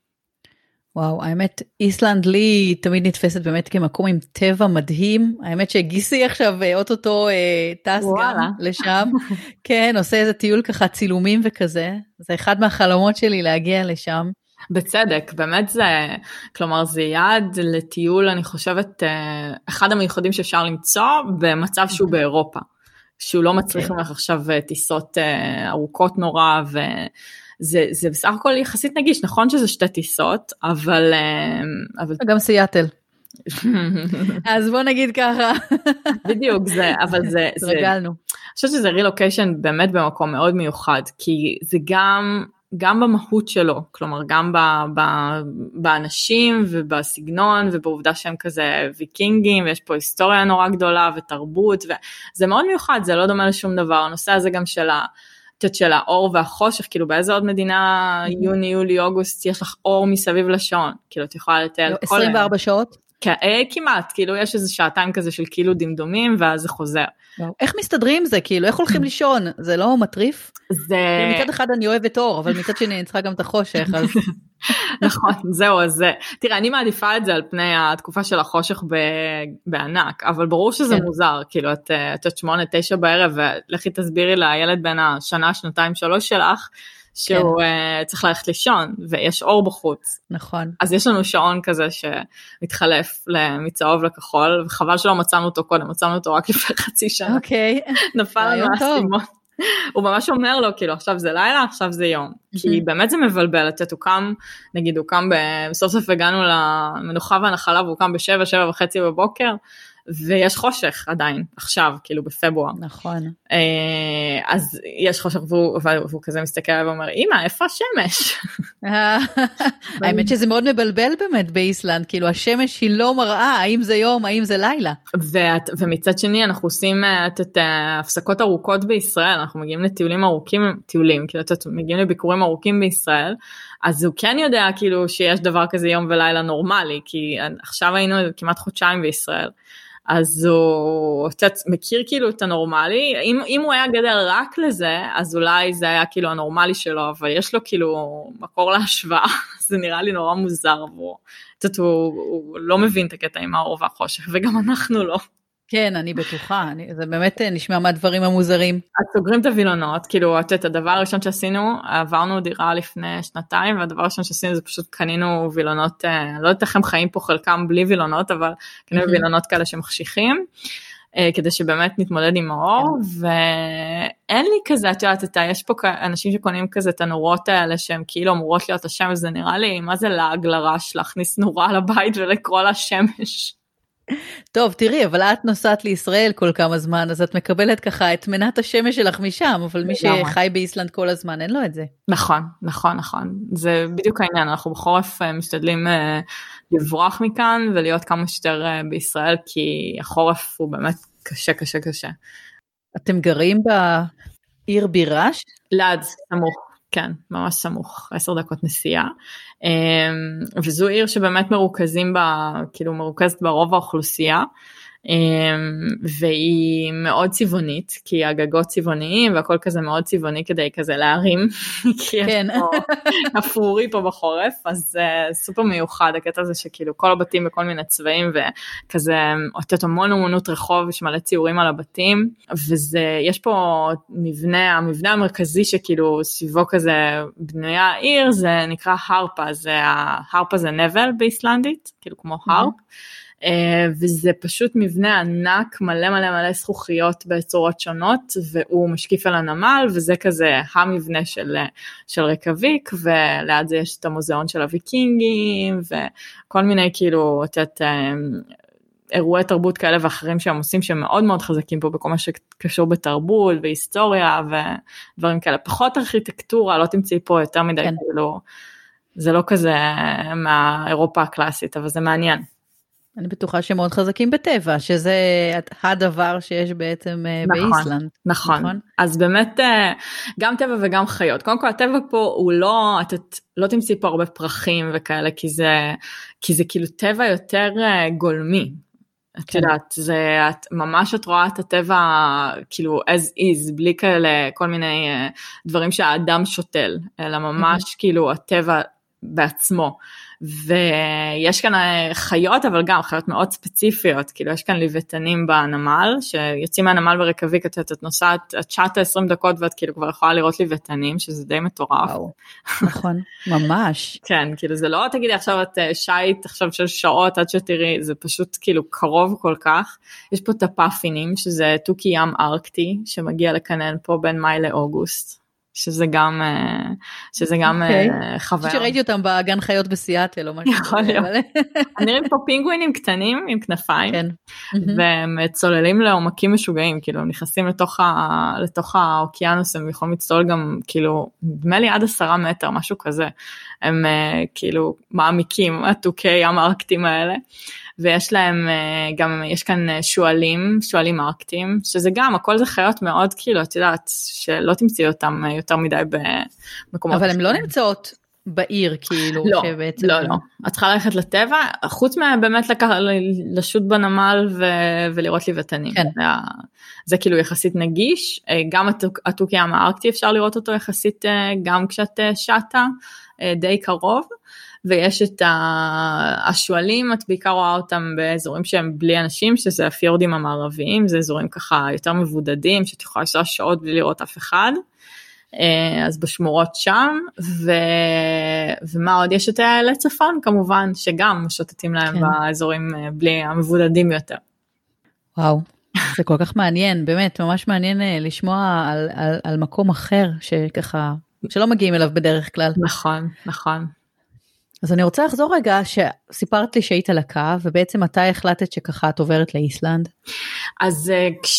וואו, האמת, איסלנד לי תמיד נתפסת באמת כמקום עם טבע מדהים, האמת שגיסי עכשיו אוטוטו טס גם לשם, כן, עושה איזה טיול ככה צילומים וכזה, זה אחד מהחלומות שלי להגיע לשם. בצדק, באמת זה, כלומר זה יעד לטיול, אני חושבת, אחד המיוחדים שאפשר למצוא במצב שהוא באירופה, שהוא לא מצריך ממך עכשיו טיסות ארוכות נורא זה בסך הכל יחסית נגיש, נכון שזה שתי טיסות, אבל... גם סיאטל. אז בוא נגיד ככה. בדיוק, אבל זה... רגלנו. אני חושבת שזה רילוקיישן באמת במקום מאוד מיוחד, כי זה גם במהות שלו, כלומר גם באנשים ובסגנון, ובעובדה שהם כזה ויקינגים, ויש פה היסטוריה נורא גדולה ותרבות, וזה מאוד מיוחד, זה לא דומה לשום דבר, הנושא הזה גם של האור והחושך, כאילו באיזה עוד מדינה, יוני, יולי, אוגוסט, יש לך אור מסביב לשעון, כאילו את יכולה לטייל כל... 24 שעות? כמעט, כאילו יש איזה שעתיים כזה של כאילו דמדומים, ואז זה חוזר. איך מסתדרים זה, כאילו, איך הולכים לישון? זה לא מטריף? מצד אחד אני אוהבת אור, אבל מצד שני אני צריכה גם את החושך, אז... נכון, זהו, אז תראה, אני מעדיפה את זה על פני התקופה של החושך בענק, אבל ברור שזה מוזר, כאילו, את 8-9 בערב, ולכי תסבירי לילד בין השנה, 2-3 שלך, שהוא צריך ללכת לישון, ויש אור בחוץ. נכון. אז יש לנו שעון כזה שמתחלף מצהוב לכחול, וחבל שלא מצאנו אותו קודם, מצאנו אותו רק לפני חצי שנה. אוקיי. נפל לנו האסימון. הוא ממש אומר לו, כאילו, עכשיו זה לילה, עכשיו זה יום. כי באמת זה מבלבל, הוא קם, נגיד, הוא קם, בסוף סוף הגענו למנוחה והנחלה, והוא קם ב7:30 בבוקר, ויש חושך עדיין, עכשיו, כאילו בפברואר. נכון. אז יש חושך, והוא כזה מסתכל עליו ואומר, אמא, איפה השמש? האמת שזה מאוד מבלבל באמת באיסלנד, כאילו השמש היא לא מראה, האם זה יום, האם זה לילה. ומצד שני, אנחנו עושים את הפסקות ארוכות בישראל, אנחנו מגיעים לטיולים ארוכים, טיולים, כאילו מגיעים לביקורים ארוכים בישראל, אז הוא כן יודע כאילו שיש דבר כזה יום ולילה נורמלי, כי עכשיו היינו כמעט חודשיים בישראל, אז הוא מכיר כאילו את הנורמלי, אם הוא היה גדל רק לזה, אז אולי זה היה כאילו הנורמלי שלו, אבל יש לו כאילו מקור להשוואה, זה נראה לי נורא מוזר, הוא לא מבין את הקטע עם האור והחושך, וגם אנחנו לא. כן, אני בטוחה, זה באמת נשמע מהדברים המוזרים. אז סוגרים את הווילונות, כאילו, את הדבר הראשון שעשינו, עברנו דירה לפני 2, והדבר הראשון שעשינו זה פשוט קנינו וילונות, לא יודעת איך הם חיים פה חלקם בלי וילונות, אבל קנינו וילונות כאלה שמחשיכים, כדי שבאמת נתמודד עם האור, ואין לי כזה, את יודעת, יש פה אנשים שקונים כזה את הנורות האלה, שהן כאילו אמורות להיות השמש, זה נראה לי, מה זה לעג לרש, להכניס נורה לבית ולקרוא לה שמש? טוב, תראי, אבל את נוסעת לישראל כל כמה זמן, אז את מקבלת ככה את מנת השמש שלך משם, אבל מי שחי באיסלנד כל הזמן, אין לו את זה. נכון, נכון, נכון. זה בדיוק העניין, אנחנו בחורף משתדלים לברוח מכאן, ולהיות כמה שיותר בישראל, כי החורף הוא באמת קשה, קשה, קשה. אתם גרים בעיר בירה? ליד, סמוך. כן, ממש סמוך, 10 דקות נסיעה, וזו עיר שבאמת מרוכזים בה, כאילו מרוכזת ברוב האוכלוסייה, והיא מאוד צבעונית, כי הגגות צבעוניים והכל כזה מאוד צבעוני כדי כזה להרים, כי יש פה אפורי פה בחורף, אז סופר מיוחד הקטע הזה שכאילו כל הבתים בכל מיני צבעים, וכזה אותת המון אומנות רחוב, יש מלא ציורים על הבתים, ויש פה המבנה המרכזי שכאילו סביבו כזה בנויה העיר, זה נקרא הרפה, הרפה זה נבל באיסלנדית, כאילו כמו הרפ, וזה פשוט מבנה ענק, מלא מלא מלא זכוכיות בצורות שונות, והוא משקיף על הנמל, וזה כזה המבנה של ריקוויק, וליד זה יש את המוזיאון של הוויקינגים, וכל מיני כאילו, אירועי תרבות כאלה ואחרים שהם עושים, שהם מאוד מאוד חזקים פה, בכל מה שקשור בתרבות, בהיסטוריה, ודברים כאלה. פחות ארכיטקטורה, לא תמצאי פה יותר מדי, כאילו, זה לא כזה מהאירופה הקלאסית, אבל זה מעניין. אני בטוחה שמאוד חזקים בטבע, שזה הדבר שיש בעצם באיסלנד. נכון. אז באמת גם טבע וגם חיות. קודם כל הטבע פה הוא לא, את לא תמצאי פה הרבה פרחים וכאלה, כי זה כאילו טבע יותר גולמי. את יודעת, את ממש את רואה את הטבע כאילו as is, בלי כאלה כל מיני דברים שהאדם שותל, אלא ממש כאילו הטבע בעצמו. ויש כאן חיות, אבל גם חיות מאוד ספציפיות, כאילו יש כאן ליבטנים בנמל, שיוצאים מהנמל בריקוויק, את נוסעת, את שעת 20 דקות, ואת כאילו כבר יכולה לראות ליבטנים, שזה די מטורף. נכון, ממש. כן, כאילו זה לא, תגידי עכשיו את שייט, עכשיו של שעות עד שתראי, זה פשוט כאילו קרוב כל כך. יש פה טפאפינים, שזה תוכי ים ארקטי, שמגיע לקנן פה בין מאי לאוגוסט. שזה גם חבר. שראיתי אותם בגן חיות בסיאטל או משהו. יכול להיות. נראים פה פינגווינים קטנים עם כנפיים, והם צוללים לעומקים משוגעים, כאילו הם נכנסים לתוך האוקיינוס, הם יכולים לצלול גם כאילו, נדמה לי עד 10 מטר, משהו כזה, הם כאילו מעמיקים, התוכי ים הארקטיים האלה, ויש להם גם, יש כאן שואלים ארקטיים, שזה גם, הכל זה חיות מאוד, כאילו, את יודעת, שלא תמצאי אותם יותר מדי במקומות. אבל הן לא נמצאות בעיר, כאילו, לא, שבעצם... לא. את צריכה ללכת לטבע, חוץ באמת לשוט בנמל ולראות ליבטנים. כן. זה כאילו יחסית נגיש, גם התוכי ים הארקטי אפשר לראות אותו יחסית, גם כשאת שטה, די קרוב, ויש את השואלים, את בעיקר רואה אותם באזורים שהם בלי אנשים, שזה הפיורדים המערביים, זה אזורים ככה יותר מבודדים, שאת יכולה לנסוע שעות בלי לראות אף אחד, אז בשמורות שם, ומה עוד? יש את לצפון כמובן, שגם משוטטים להם באזורים בלי המבודדים יותר. וואו, זה כל כך מעניין, באמת, ממש מעניין לשמוע על מקום אחר, שככה, שלא מגיעים אליו בדרך כלל. נכון, נכון. אז אני רוצה לחזור רגע, שסיפרת לי שהיית על הקו, ובעצם אתה החלטת שככה את עוברת לאיסלנד? אז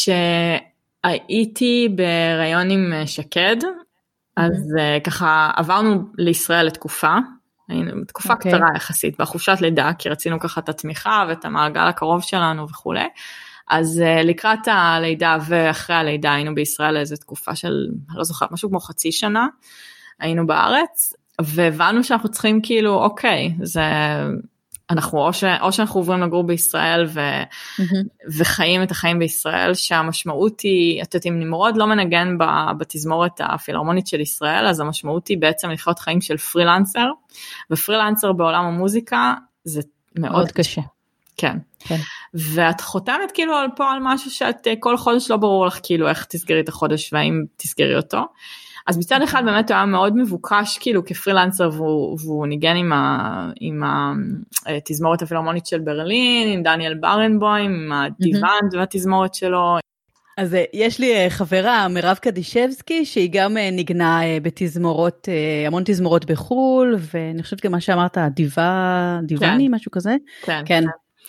כשהייתי בהיריון עם שקד, אז ככה עברנו לישראל לתקופה, תקופה קצרה יחסית, בחופשת לידה, כי רצינו ככה את התמיכה ואת המעגל הקרוב שלנו וכו'. אז לקראת הלידה ואחרי הלידה היינו בישראל איזו תקופה של, לא זוכרת, משהו כמו חצי שנה, היינו בארץ, והבנו שאנחנו צריכים כאילו, אוקיי, זה, אנחנו או שאנחנו עוברים לגור בישראל וחיים את החיים בישראל, שהמשמעות היא, את יודעת, אם נמרוד לא מנגן בתזמורת הפילהרמונית של ישראל, אז המשמעות היא בעצם לחיות חיים של פרילנסר, ופרילנסר בעולם המוזיקה זה מאוד קשה. כן. ואת חותמת כאילו פה על משהו שאת כל חודש לא ברור לך כאילו איך תסגרי את החודש והאם תסגרי אותו. אז מצד אחד באמת הוא היה מאוד מבוקש כאילו כפרילנסר, והוא ניגן עם התזמורת הפילהרמונית של ברלין, עם דניאל ברנבוים, עם הדיוונד והתזמורת שלו. אז יש לי חברה, מירב קדישבסקי, שהיא גם ניגנה בתזמורות, המון תזמורות בחול, ואני חושבת גם מה שאמרת, דיווני, משהו כזה. כן.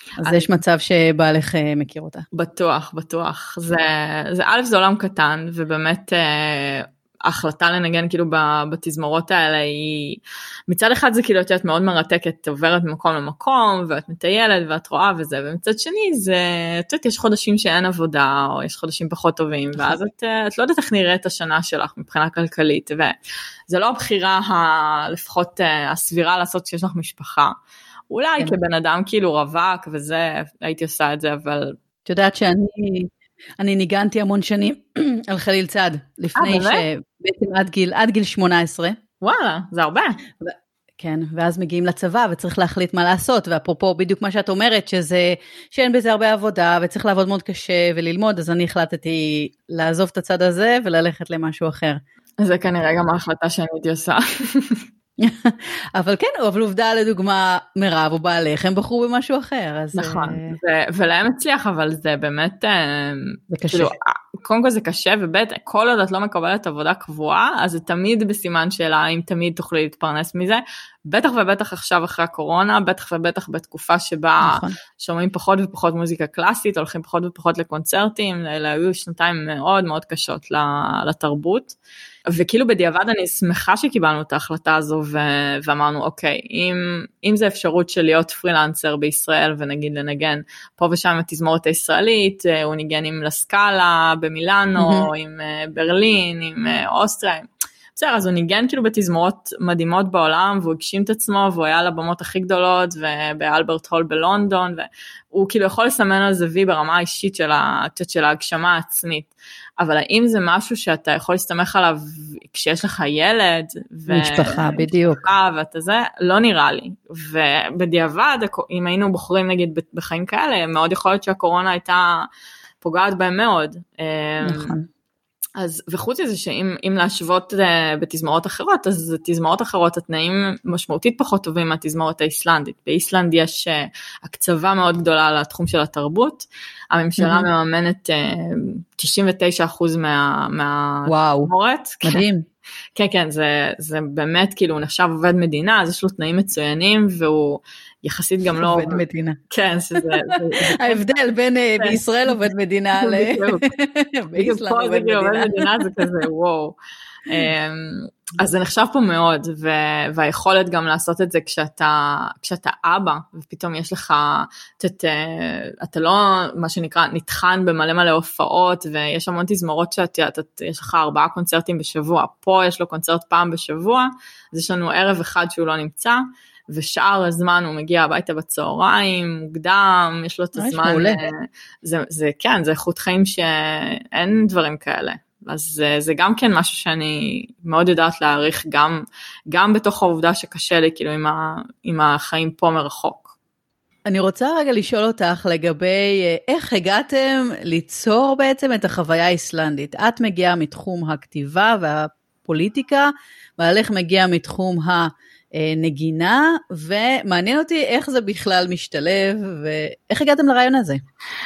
אז יש מצב שבעלך מכיר אותה. בטוח, בטוח. זה א', זה עולם קטן, ובאמת ההחלטה לנגן כאילו בתזמורות האלה היא, מצד אחד זה כאילו את מאוד מרתקת, את עוברת ממקום למקום, ואת מטיילת ואת רואה וזה, ומצד שני זה, את יודעת, יש חודשים שאין עבודה, או יש חודשים פחות טובים, ואז את לא יודעת איך נראית השנה שלך מבחינה כלכלית, וזה לא הבחירה לפחות הסבירה לעשות כשיש לך משפחה. אולי כבן אדם כאילו רווק וזה, הייתי עושה את זה, אבל... את יודעת שאני ניגנתי המון שנים על חליל צד, לפני שבעצם עד גיל 18. וואלה, זה הרבה. כן, ואז מגיעים לצבא וצריך להחליט מה לעשות, ואפרופו בדיוק מה שאת אומרת, שאין בזה הרבה עבודה, וצריך לעבוד מאוד קשה וללמוד, אז אני החלטתי לעזוב את הצד הזה, וללכת למשהו אחר. זה כנראה גם ההחלטה שאני הייתי עושה. אבל כן, אבל עובדה לדוגמה מירב או בעלך, הם בחרו במשהו אחר. אז נכון, ולהם הצליח, אבל זה באמת, זה קשה. כאילו, קודם כל זה קשה, ובית, כל עוד את לא מקבלת עבודה קבועה, אז זה תמיד בסימן שאלה, אם תמיד תוכלי להתפרנס מזה, בטח ובטח עכשיו אחרי הקורונה, בטח ובטח בתקופה שבה נכון. שומעים פחות ופחות מוזיקה קלאסית, הולכים פחות ופחות לקונצרטים, אלה היו שנתיים מאוד מאוד קשות לתרבות, וכאילו בדיעבד אני שמחה שקיבלנו את ההחלטה הזו, ואמרנו אוקיי, אם זה אפשרות של להיות פרילנסר בישראל, ונגיד לנגן פה ושם התזמורת הישראלית, הוא ניגן עם לסקאלה במילאנו, עם ברלין, עם אוסטריה, בסדר, אז הוא ניגן כאילו בתזמורות מדהימות בעולם, והוא הגשים את עצמו, והוא היה על הבמות הכי גדולות, ובאלברט הול בלונדון, והוא כאילו יכול לסמן על זה וי ברמה האישית של ההגשמה העצמית, אבל האם זה משהו שאתה יכול להסתמך עליו כשיש לך ילד, משפחה, בדיוק. ואתה זה, לא נראה לי, ובדיעבד, אם היינו בוחרים נגיד בחיים כאלה, מאוד יכול להיות שהקורונה הייתה פוגעת בהם מאוד. נכון. אז וחוץ מזה שאם להשוות בתזמורות אחרות, אז תזמורות אחרות התנאים משמעותית פחות טובים מהתזמורת האיסלנדית. באיסלנד יש הקצבה מאוד גדולה לתחום של התרבות, הממשלה מממנת 99% מהתזמורת. מדהים. כן, כן, זה באמת כאילו הוא נחשב עובד מדינה, אז יש לו תנאים מצוינים, והוא יחסית גם לא... עובד מדינה. כן, שזה... ההבדל בין בישראל עובד מדינה באיסלנד עובד מדינה. זה כזה, וואו. אז זה נחשב פה מאוד, והיכולת גם לעשות את זה כשאתה אבא, ופתאום יש לך, אתה לא, מה שנקרא, נתחן במלא מלא הופעות, ויש המון תזמורות שיש לך 4 קונצרטים בשבוע, פה יש לו קונצרט פעם בשבוע, אז יש לנו ערב אחד שהוא לא נמצא, ושאר הזמן הוא מגיע הביתה בצהריים, מוקדם, יש לו את הזמן, כן, זה איכות חיים שאין דברים כאלה. אז זה גם כן משהו שאני מאוד יודעת להעריך, גם בתוך העובדה שקשה לי, כאילו עם החיים פה מרחוק. אני רוצה רגע לשאול אותך לגבי איך הגעתם ליצור בעצם את החוויה האיסלנדית. את מגיעה מתחום הכתיבה והפוליטיקה, בעלך מגיע מתחום הנגינה, ומעניין אותי איך זה בכלל משתלב, ואיך הגעתם לרעיון הזה?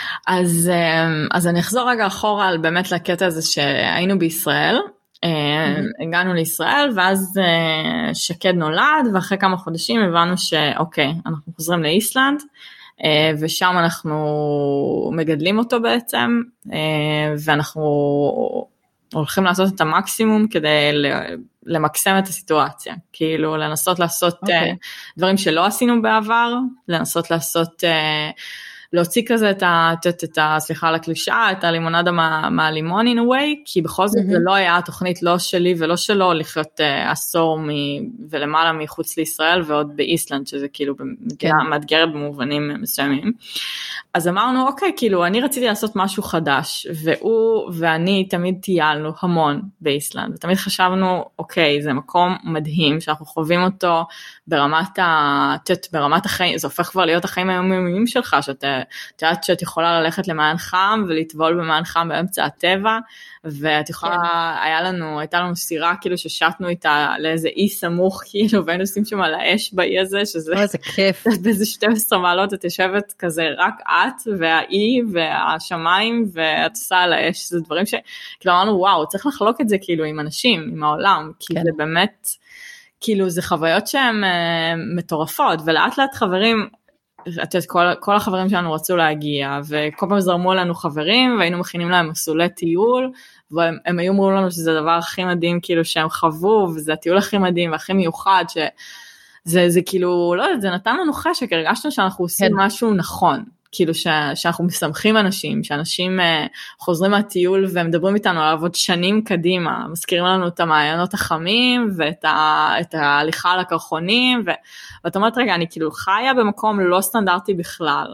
אז אני אחזור רגע אחורה על באמת לקטע הזה שהיינו בישראל, הגענו לישראל, ואז שקד נולד, ואחרי כמה חודשים הבנו שאוקיי, אנחנו חוזרים לאיסלנד, ושם אנחנו מגדלים אותו בעצם, ואנחנו הולכים לעשות את המקסימום כדי למקסם את הסיטואציה, כאילו לנסות לעשות דברים שלא עשינו בעבר, לנסות לעשות, להוציא כזה סליחה על הקלישאה, את הלימונדה מהלימון in a way, כי בכל זאת זה לא היה התוכנית לא שלי ולא שלו, לחיות עשור ולמעלה מחוץ לישראל, ועוד באיסלנד, שזה כאילו מאתגרת במובנים מסוימים. אז אמרנו, אוקיי, כאילו אני רציתי לעשות משהו חדש, והוא ואני תמיד טיילנו המון באיסלנד, ותמיד חשבנו, אוקיי, זה מקום מדהים, שאנחנו חווים אותו ברמת החיים, זה הופך כבר להיות החיים היומיומיים שלך, שאתה יודעת שאת יכולה ללכת למען חם, ולטבול במען חם באמצע הטבע, ואת יכולה, הייתה לנו סירה כאילו ששטנו איתה לאיזה אי סמוך, כאילו, והיינו עושים שם על האש באי הזה, שזה איזה כיף. באיזה 12 מעלות את יושבת כזה, רק את והאי והשמיים, ואת עושה על האש, זה דברים כאילו אמרנו, וואו, צריך לחלוק את זה כאילו עם אנשים, עם העולם, כי זה באמת, כאילו זה חוויות שהן מטורפות, ולאט לאט חברים, את יודעת, כל החברים שלנו רצו להגיע, וכל פעם זרמו לנו חברים, והיינו מכינים להם מסלולי טיול, והם היו אומרים לנו שזה הדבר הכי מדהים, כאילו שהם חוו, וזה הטיול הכי מדהים, והכי מיוחד, שזה כאילו, לא יודעת, זה נתן לנו חשק, הרגשנו שאנחנו עושים משהו נכון, כאילו שאנחנו מסמכים אנשים, שאנשים חוזרים מהטיול ומדברים איתנו על עבוד שנים קדימה, מזכירים לנו את המעיינות החמים ואת ההליכה על הקרחונים, ואת אומרת רגע, אני כאילו חיה במקום לא סטנדרטי בכלל,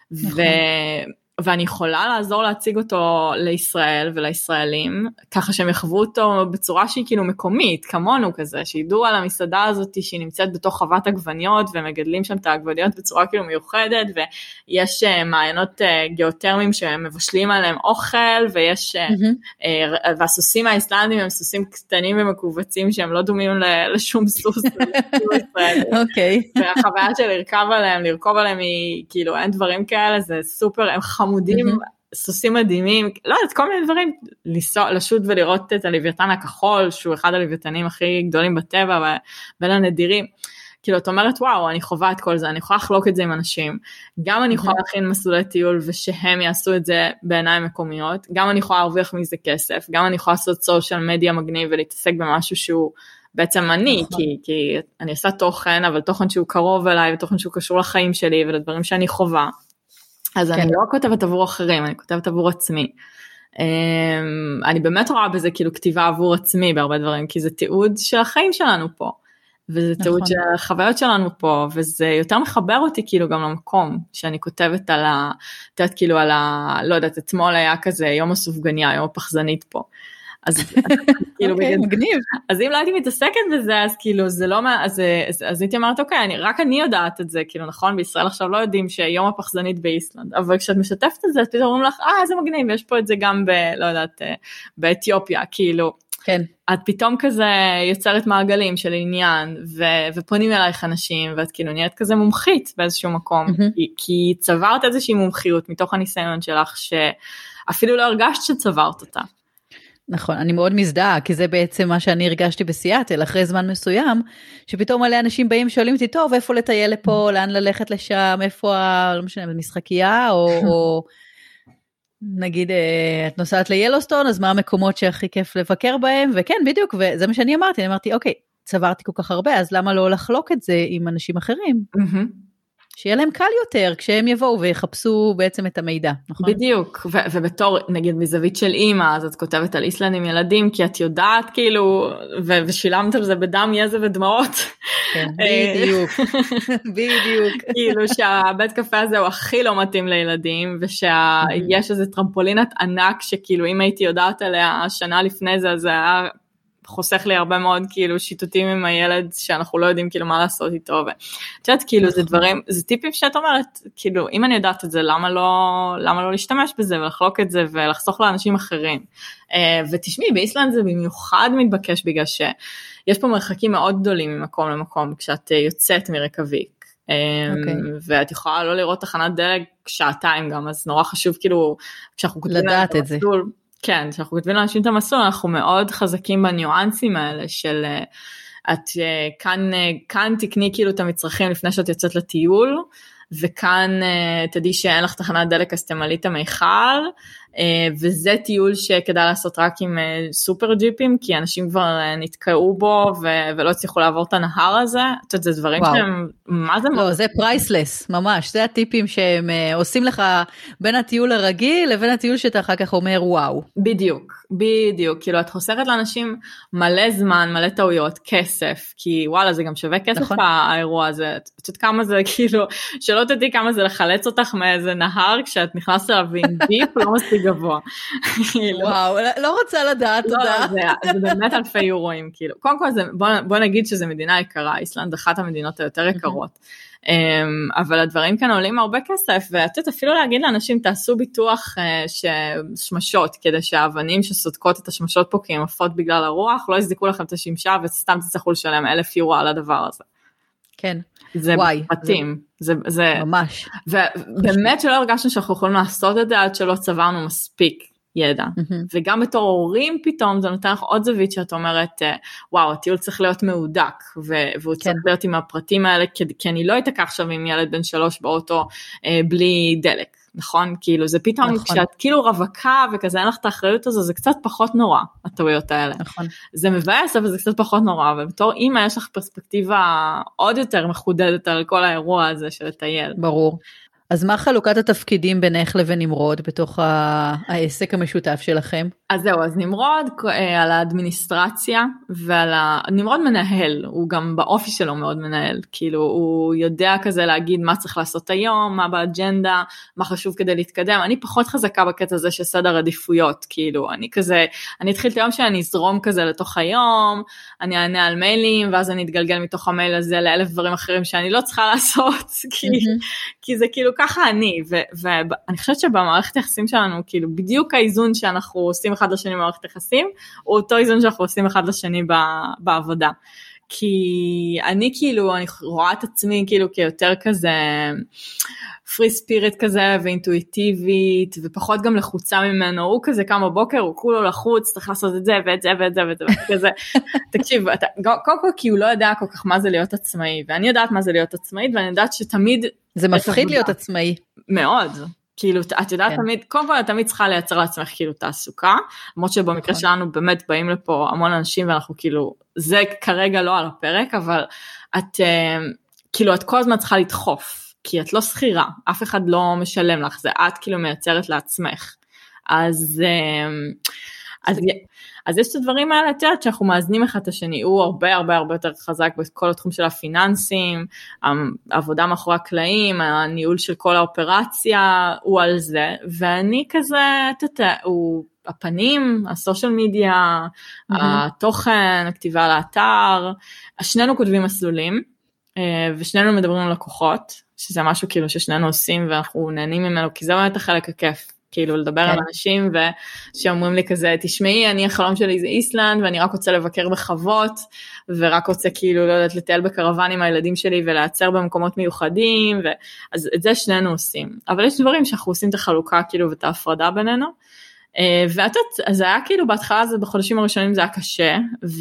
ואני יכולה לעזור להציג אותו לישראל ולישראלים, ככה שהם יחוו אותו בצורה שהיא כאילו מקומית, כמונו כזה, שידעו על המסעדה הזאת שהיא נמצאת בתוך חוות עגבניות, ומגדלים שם את העגבניות בצורה כאילו מיוחדת, ויש מעיינות גיאותרמיים שהם מבשלים עליהם אוכל, ויש, והסוסים האיסלנדים הם סוסים קטנים ומקובצים, שהם לא דומים לשום סוס ישראלי. והחוויה של לרכוב עליהם היא כאילו אין דברים כאלה, זה סופר, הם חמודים, סוסים מדהימים, לא יודעת, כל מיני דברים, לשוט ולראות את הלוויתן הכחול, שהוא אחד הלוויתנים הכי גדולים בטבע, בין הנדירים, כאילו, את אומרת, וואו, אני חווה את כל זה, אני יכולה לחלוק את זה עם אנשים, גם אני יכולה להכין מסלולי טיול, ושהם יעשו את זה בעיניים מקומיות, גם אני יכולה להרוויח מזה כסף, גם אני יכולה לעשות סושיאל מדיה מגניב, ולהתעסק במשהו שהוא בעצם אני, כי אני עושה תוכן, אבל תוכן שהוא קרוב אליי, ותוכן שהוא קשור לחיים שלי, ולדברים שאני חווה. אז אני לא כותבת עבור אחרים, אני כותבת עבור עצמי. אני באמת רואה בזה כאילו כתיבה עבור עצמי בהרבה דברים, כי זה תיעוד של החיים שלנו פה, וזה תיעוד של החוויות שלנו פה, וזה יותר מחבר אותי כאילו גם למקום, שאני כותבת על כאילו על לא יודעת, אתמול היה כזה יום הסופגניה, יום הפחזנית פה. אז כאילו מגניב. אז אם לא הייתי מתעסקת בזה, אז כאילו זה לא, אז הייתי אומרת, אוקיי, רק אני יודעת את זה, כאילו נכון, בישראל עכשיו לא יודעים שיום הפחזנית באיסלנד, אבל כשאת משתפת את זה, פתאום אומרים לך, זה מגניב, יש פה את זה גם לא יודעת, באתיופיה, כאילו, את פתאום כזה יוצרת מעגלים של עניין, ופונים אלייך אנשים, ואת כאילו נהיית כזה מומחית באיזשהו מקום, כי צברת איזושהי מומחיות מתוך הניסיון שלך, שאפילו לא הרגשת שצברת אותה. נכון, אני מאוד מזדהה, כי זה בעצם מה שאני הרגשתי בסיאטל, אחרי זמן מסוים, שפתאום מלא אנשים באים שואלים אותי, טוב, איפה לטייל לפה, לאן ללכת לשם, איפה, לא משנה, משחקייה, או נגיד, את נוסעת ליילוסטון, אז מה המקומות שהכי כיף לבקר בהם, וכן, בדיוק, וזה מה שאני אמרתי, אוקיי, צברתי כל כך הרבה, אז למה לא לחלוק את זה עם אנשים אחרים? שיהיה להם קל יותר כשהם יבואו ויחפשו בעצם את המידע, נכון? בדיוק, ובתור נגיד מזווית של אימא, אז את כותבת על איסלנד עם ילדים, כי את יודעת כאילו, ושילמת על זה בדם, יזע ודמעות. כן, בדיוק, בדיוק. כאילו שהבית קפה הזה הוא הכי לא מתאים לילדים, ושיש איזה טרמפולינת ענק, שכאילו אם הייתי יודעת עליה שנה לפני זה, אז זה היה חוסך לי הרבה מאוד כאילו שיטוטים עם הילד שאנחנו לא יודעים כאילו מה לעשות איתו, ואת יודעת כאילו זה דברים, זה טיפים שאת אומרת, כאילו אם אני יודעת את זה, למה לא להשתמש בזה ולחלוק את זה ולחסוך לאנשים אחרים, ותשמעי באיסלנד זה במיוחד מתבקש בגלל שיש פה מרחקים מאוד גדולים ממקום למקום כשאת יוצאת מרקביק, ואת יכולה לא לראות תחנת דלק שעתיים גם, אז נורא חשוב כאילו כשאנחנו כותבים לדעת את זה. כן, כשאנחנו כותבים לאנשים את המסלול, אנחנו מאוד חזקים בניואנסים האלה של, את כאן תקני כאילו את המצרכים לפני שאת יוצאת לטיול, וכאן תדעי שאין לך תחנת דלק אז תמלאי את המיכל, וזה טיול שכדאי לעשות רק עם סופר ג'יפים, כי אנשים כבר נתקעו בו, ולא הצליחו לעבור את הנהר הזה, את יודעת, זה דברים שהם, מה זה? לא, זה פרייסלס, ממש, זה הטיפים שהם עושים לך בין הטיול הרגיל, לבין הטיול שאתה אחר כך אומר וואו. בדיוק, כאילו את חוסכת לאנשים מלא זמן, מלא טעויות, כסף, כי וואלה זה גם שווה כסף האירוע הזה, את יודעת כמה זה כאילו, שלא תדעי כמה זה לחלץ אותך מאיזה נהר, כשאת נכנסת אליו עם דיפ, לא מספיק גבוה. וואו, לא רוצה לדעת, תודה. זה באמת אלפי אירועים, כאילו. קודם כל, בוא נגיד שזה מדינה יקרה, איסלנד אחת המדינות היותר יקרות, אבל הדברים כאן עולים הרבה כסף, ואת יודעת, אפילו להגיד לאנשים, תעשו ביטוח שמשות, כדי שהאבנים שסודקות את השמשות פה, כי הן עפות בגלל הרוח, לא יזדיקו לכם את השמשה, וסתם תצטרכו לשלם 1,000 יורו על הדבר הזה. כן. זה פתים, זה ממש. ובאמת שלא הרגשנו שאנחנו יכולים לעשות את זה עד שלא צברנו מספיק ידע, וגם בתור הורים פתאום זה נותן לך עוד זווית שאת אומרת, וואו, הטיול צריך להיות מהודק, והוא צריך להיות עם הפרטים האלה, כי אני לא אתקע עכשיו עם ילד בן 3 באוטו בלי דלק, נכון? כאילו זה פתאום כשאת כאילו רווקה וכזה אין לך את האחריות הזו, זה קצת פחות נורא, הטעויות האלה. נכון. זה מבאס, אבל זה קצת פחות נורא, ובתור אימא יש לך פרספקטיבה עוד יותר מחודדת על כל האירוע הזה של לטייל. ברור. אז מה חלוקת התפקידים בינך לבין נמרוד בתוך העסק המשותף שלכם? אז זהו, אז נמרוד על האדמיניסטרציה, נמרוד מנהל, הוא גם באופי שלו מאוד מנהל, כאילו הוא יודע כזה להגיד מה צריך לעשות היום, מה באג'נדה, מה חשוב כדי להתקדם, אני פחות חזקה בקטע הזה של סדר עדיפויות, כאילו אני כזה, אני התחיל את היום שאני אזרום כזה לתוך היום, אני אענה על מיילים, ואז אני אתגלגל מתוך המייל הזה לאלף דברים אחרים שאני לא צריכה לעשות, כי זה כאילו ככה ואני חושבת שבמערכת היחסים שלנו, כאילו בדיוק האיזון שאנחנו עושים אחד לשני במערכת היחסים, הוא אותו איזון שאנחנו עושים אחד לשני בעבודה. כי אני כאילו, אני רואה את עצמי כאילו כיותר כזה פרי ספיריט כזה ואינטואיטיבית, ופחות גם לחוצה ממנו, הוא כזה קם בבוקר, הוא כולו לחוץ, צריך לעשות את זה ואת זה ואת זה ואת זה, וכזה, תקשיב, קודם כל כי הוא לא יודע כל כך מה זה להיות עצמאי, ואני יודעת מה זה להיות עצמאית, ואני יודעת שתמיד... זה מפחיד להיות עצמאי. מאוד. כאילו, את יודעת תמיד, קודם כל, את תמיד צריכה לייצר לעצמך כאילו תעסוקה, למרות שבמקרה שלנו באמת באים לפה המון אנשים, ואנחנו כאילו, זה כרגע לא על הפרק, אבל את, כאילו, את כל הזמן צריכה לדחוף, כי את לא שכירה, אף אחד לא משלם לך, זה את כאילו מייצרת לעצמך. אז יש את הדברים האלה, את יודעת שאנחנו מאזנים אחד את השני, הוא הרבה הרבה הרבה יותר חזק בכל התחום של הפיננסים, העבודה מאחורי הקלעים, הניהול של כל האופרציה, הוא על זה, ואני כזה, הוא הפנים, הסושיאל מדיה, התוכן, הכתיבה לאתר, שנינו כותבים מסלולים, ושנינו מדברים עם לקוחות, שזה משהו כאילו ששנינו עושים, ואנחנו נהנים ממנו, כי זה באמת החלק הכיף. כאילו לדבר עם אנשים שאומרים לי כזה, תשמעי, אני החלום שלי זה איסלנד, ואני רק רוצה לבקר בחוות, ורק רוצה כאילו, לא יודעת, לטייל בקרוון עם הילדים שלי, ולעצר במקומות מיוחדים, אז את זה שנינו עושים. אבל יש דברים שאנחנו עושים את החלוקה כאילו, ואת ההפרדה בינינו, ואת יודעת, זה היה כאילו, בהתחלה זה בחודשים הראשונים זה היה קשה,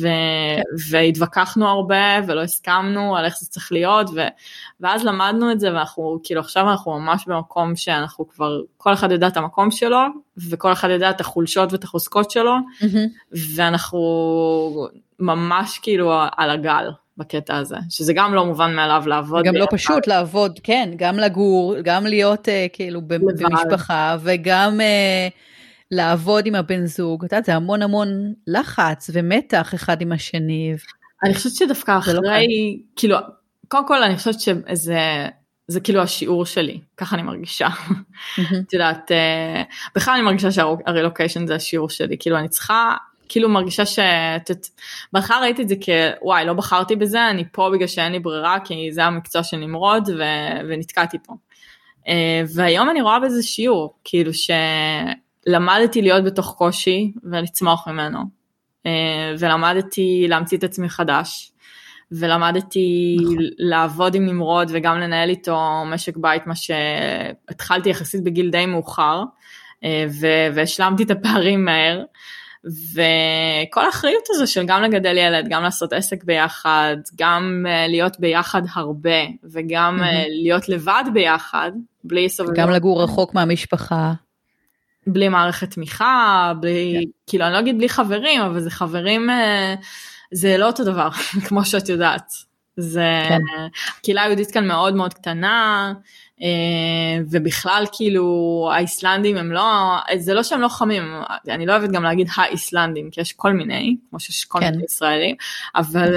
והתווכחנו הרבה, ולא הסכמנו על איך זה צריך להיות, ואז למדנו את זה, ואנחנו, כאילו עכשיו אנחנו ממש במקום שאנחנו כבר, כל אחד יודע את המקום שלו, וכל אחד יודע את החולשות ואת החוזקות שלו, ואנחנו ממש כאילו על הגל בקטע הזה, שזה גם לא מובן מאליו לעבוד. גם לא פשוט לעבוד, כן, גם לגור, גם להיות כאילו במשפחה, וגם... לעבוד עם הבן זוג, אתה יודע, זה המון המון לחץ ומתח אחד עם השני. אני חושבת שדווקא אחרי, כאילו, קודם כל אני חושבת שזה כאילו השיעור שלי, ככה אני מרגישה. את יודעת, בכלל אני מרגישה שהרילוקיישן זה השיעור שלי, כאילו אני צריכה, כאילו מרגישה בהתחלה ראיתי את זה כוואי, לא בחרתי בזה, אני פה בגלל שאין לי ברירה, כי זה המקצוע של נמרוד, ונתקעתי פה. והיום אני רואה בזה שיעור, כאילו למדתי להיות בתוך קושי ולצמוח ממנו, ולמדתי להמציא את עצמי חדש, ולמדתי לעבוד עם נמרוד וגם לנהל איתו משק בית, מה שהתחלתי יחסית בגיל די מאוחר, והשלמתי את הפערים מהר, וכל האחריות הזו של גם לגדל ילד, גם לעשות עסק ביחד, גם להיות ביחד הרבה, וגם להיות לבד ביחד, בלי סובלנות. גם לגור רחוק מהמשפחה. בלי מערכת תמיכה, בלי, כאילו אני לא אגיד בלי חברים, אבל זה חברים, זה לא אותו דבר, כמו שאת יודעת. זה, הקהילה היהודית כאן מאוד מאוד קטנה, ובכלל כאילו האיסלנדים הם לא, זה לא שהם לא חמים, אני לא אוהבת גם להגיד האיסלנדים, כי יש כל מיני, כמו שיש כל מיני ישראלים, אבל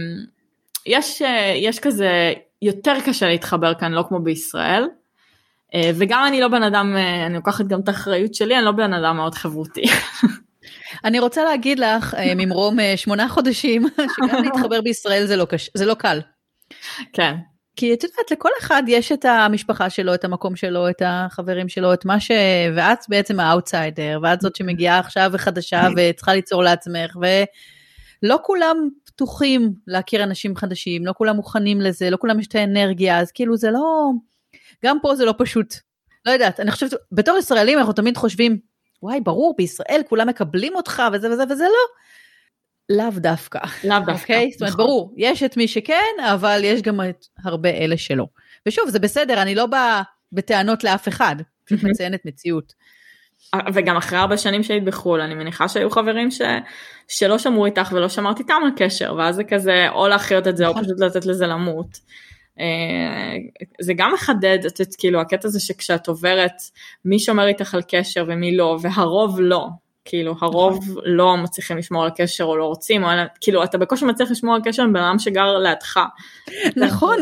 יש כזה, יותר קשה להתחבר כאן, לא כמו בישראל, וגם אני לא בן אדם, אני לוקחת גם את האחריות שלי, אני לא בן אדם מאוד חברותי. אני רוצה להגיד לך, ממרום 8 חודשים, שגם להתחבר בישראל זה לא קל. כן. כי את יודעת, לכל אחד יש את המשפחה שלו, את המקום שלו, את החברים שלו, את מה ואת בעצם האוטסיידר, ואת זאת שמגיעה עכשיו וחדשה, וצריכה ליצור לעצמך, ולא כולם פתוחים להכיר אנשים חדשים, לא כולם מוכנים לזה, לא כולם יש את האנרגיה, אז כאילו זה לא... גם פה זה לא פשוט, לא יודעת, אני חושבת, בתור ישראלים אנחנו תמיד חושבים, וואי, ברור, בישראל כולם מקבלים אותך, וזה וזה וזה לא. לאו דווקא. לאו דווקא. אוקיי? זאת אומרת, ברור, יש את מי שכן, אבל יש גם את הרבה אלה שלא. ושוב, זה בסדר, אני לא באה בטענות לאף אחד, פשוט מציינת מציאות. וגם אחרי 4 שנים שהיית בחול, אני מניחה שהיו חברים שלא שמרו איתך ולא שמרת איתם על קשר, ואז זה כזה, או להחיות את זה, או פשוט לתת לזה למות. זה גם מחדד, כאילו, הקטע זה שכשאת עוברת, מי שומר איתך על קשר ומי לא, והרוב לא. כאילו, הרוב לא מצליחים לשמור על קשר או לא רוצים, כאילו, אתה בקושי מצליח לשמור על קשר עם בן אדם שגר לידך. נכון.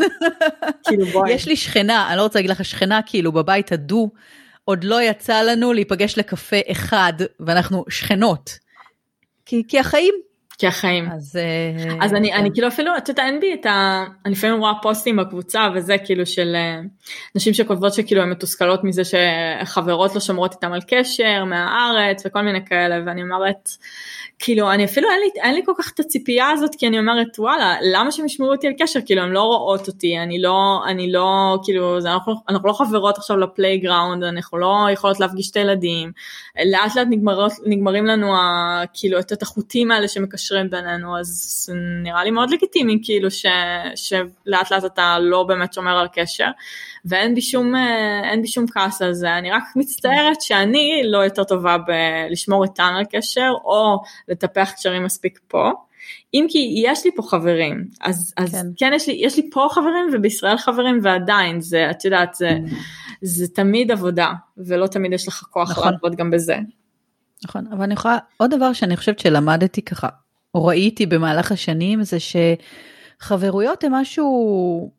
יש לי שכנה, אני לא רוצה להגיד לך, שכנה כאילו בבית הדו, עוד לא יצא לנו להיפגש לקפה אחד, ואנחנו שכנות. כי החיים. כי החיים. אז אני כאילו אפילו, את יודעת, אין בי את אני לפעמים רואה פוסטים בקבוצה, וזה כאילו של נשים שכותבות שכאילו הן מתוסכלות מזה שחברות לא שומרות איתם על קשר, מהארץ, וכל מיני כאלה, ואני אומרת, כאילו, אני אפילו אין לי כל כך את הציפייה הזאת, כי אני אומרת, וואלה, למה שהם ישמרו אותי על קשר? כאילו, הם לא רואות אותי, אני לא, כאילו, אנחנו לא חברות עכשיו לפלייגראונד, אנחנו לא יכולות להפגיש את הילדים, לאט לאט נגמרים לנו, כאילו, את החוטים האלה שמקשרים בינינו, אז נראה לי מאוד לגיטימי, כאילו, שלאט לאט אתה לא באמת שומר על קשר, ואין בי שום כעס על זה, אני רק מצטערת שאני לא יותר טובה בלשמור איתן על קשר, או לטפח קשרים מספיק פה, אם כי יש לי פה חברים, אז כן יש לי פה חברים, ובישראל חברים, ועדיין, זה, את יודעת, זה תמיד עבודה, ולא תמיד יש לך כוח לעבוד גם בזה. נכון, אבל אני יכולה, עוד דבר שאני חושבת שלמדתי ככה, או ראיתי במהלך השנים, זה שחברויות הם משהו,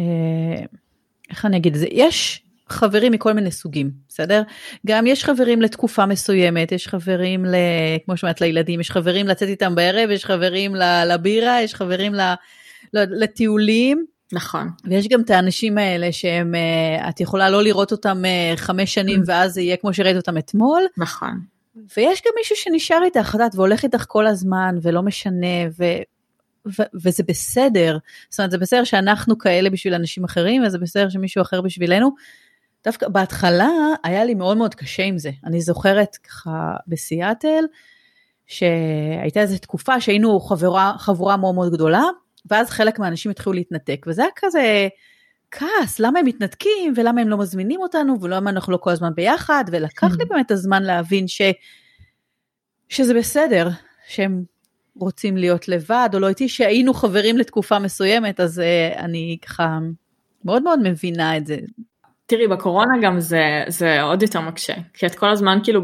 איך אני אגיד את זה, יש חברים מכל מיני סוגים, בסדר? גם יש חברים לתקופה מסוימת, יש חברים, כמו שאומרת, לילדים, יש חברים לצאת איתם בערב, יש חברים לבירה, יש חברים לטיולים. נכון. ויש גם את האנשים האלה שהם, את יכולה לא לראות אותם 5 שנים, ואז זה יהיה כמו שראית אותם אתמול. נכון. ויש גם מישהו שנשאר איתך, והולך איתך כל הזמן, ולא משנה, וזה בסדר. זאת אומרת, זה בסדר שאנחנו כאלה בשביל אנשים אחרים, וזה בסדר שמישהו אחר בשבילנו. דווקא בהתחלה היה לי מאוד מאוד קשה עם זה. אני זוכרת ככה בסיאטל, שהייתה איזו תקופה שהיינו חבורה מאוד מאוד גדולה, ואז חלק מהאנשים התחילו להתנתק, וזה היה כזה כעס, למה הם מתנתקים, ולמה הם לא מזמינים אותנו, ולמה אנחנו לא כל הזמן ביחד, ולקח לי באמת הזמן להבין שזה בסדר, שהם רוצים להיות לבד, או לא איתי, שהיינו חברים לתקופה מסוימת, אז אני ככה מאוד מאוד מבינה את זה. תראי, בקורונה גם זה עוד יותר מקשה, כי את כל הזמן כאילו,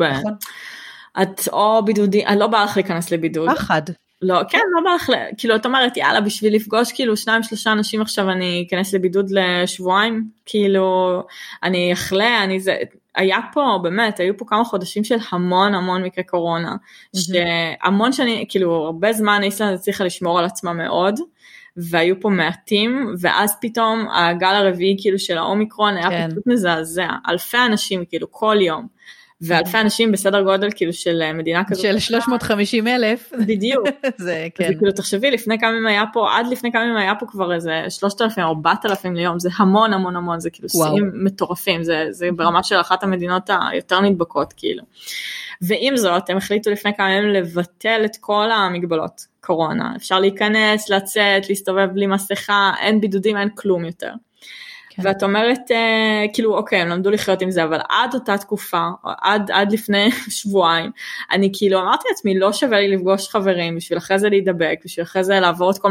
את או בידודי, אני לא בא לך להיכנס לבידוד. פחד. לא, כן, לא בא לך, כאילו, את אומרת, יאללה, בשביל לפגוש, כאילו, 2-3 אנשים עכשיו, אני אכנס לבידוד לשבועיים, כאילו, אני אחלה, היה פה, באמת, היו פה כמה חודשים של המון מקרי קורונה, שהמון שנים, כאילו, הרבה זמן איסלנד הצליחה לשמור על עצמה מאוד, והיו פה מעטים, ואז פתאום הגל הרביעי, כאילו, של האומיקרון, היה פשוט מזעזע, אלפי אנשים, כאילו, כל יום, ואלפי אנשים בסדר גודל כאילו של מדינה כזאת. של 350,000. בדיוק. זה כן. כאילו תחשבי, לפני כמה ימים היה פה, עד לפני כמה ימים היה פה כבר איזה 3,000 או 4,000 ליום, זה המון, זה כאילו שיאים מטורפים, זה ברמה של אחת המדינות היותר נדבקות כאילו. ועם זאת, הם החליטו לפני כמה ימים לבטל את כל המגבלות קורונה, אפשר להיכנס, לצאת, להסתובב בלי מסכה, אין בידודים, אין כלום יותר. ואת אומרת, כאילו, אוקיי, הם למדו לחיות עם זה, אבל עד אותה תקופה, עד לפני שבועיים, אני כאילו אמרתי לעצמי, לא שווה לי לפגוש חברים, בשביל אחרי זה להידבק, בשביל אחרי זה לעבור את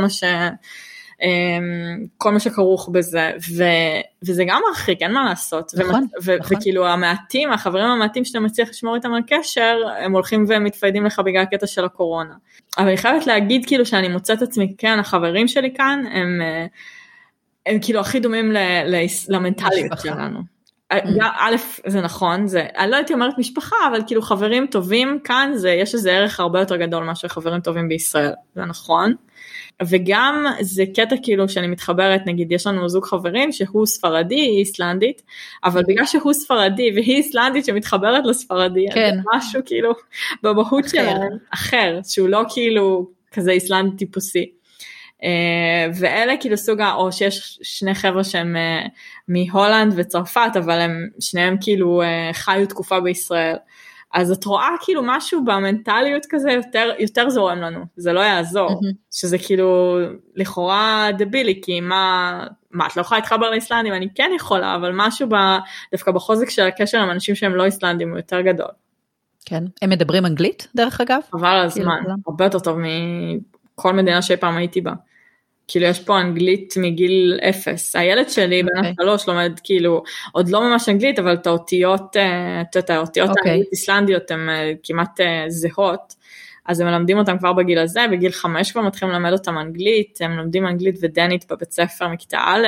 כל מה שכרוך בזה, וזה גם מרחיק, אין מה לעשות, וכאילו המעטים, החברים המעטים שאתה מצליח לשמור איתם על קשר, הם הולכים ומתפיידים לך בגלל הקטע של הקורונה. אבל אני חייבת להגיד כאילו שאני מוצאת עצמי, כן, החברים שלי כאן, הם כאילו הכי דומים למנטליות שלנו. א', זה נכון, אני לא הייתי אומרת משפחה, אבל כאילו חברים טובים כאן, יש איזה ערך הרבה יותר גדול מאשר חברים טובים בישראל, זה נכון. וגם זה קטע כאילו שאני מתחברת, נגיד יש לנו זוג חברים שהוא ספרדי, היא איסלנדית, אבל בגלל שהוא ספרדי והיא איסלנדית שמתחברת לספרדי, זה משהו כאילו במהות שלהם אחר, שהוא לא כאילו כזה איסלנדי טיפוסי. ואלה כאילו סוגה, או שיש 2 חבר'ה שהם מהולנד וצרפת, אבל הם שניהם כאילו חיו תקופה בישראל, אז את רואה כאילו משהו במנטליות כזה יותר זורם לנו, זה לא יעזור, שזה כאילו לכאורה דבילי, כי מה את לא יכולה להתחבר לאיסלנדים, אני כן יכולה, אבל משהו דווקא בחוזק של הקשר עם אנשים שהם לא איסלנדים הוא יותר גדול. כן, הם מדברים אנגלית דרך אגב? אבל הזמן, הרבה יותר טוב מכל מדינה שאי פעם הייתי בה. כאילו יש פה אנגלית מגיל 0, הילד שלי בן 3 לומד כאילו, עוד לא ממש אנגלית, אבל את האותיות האנגלית איסלנדיות הן כמעט זהות, אז הם מלמדים אותם כבר בגיל הזה, בגיל 5 כבר מתחילים ללמד אותם אנגלית, הם לומדים אנגלית ודנית בבית ספר מכיתה א',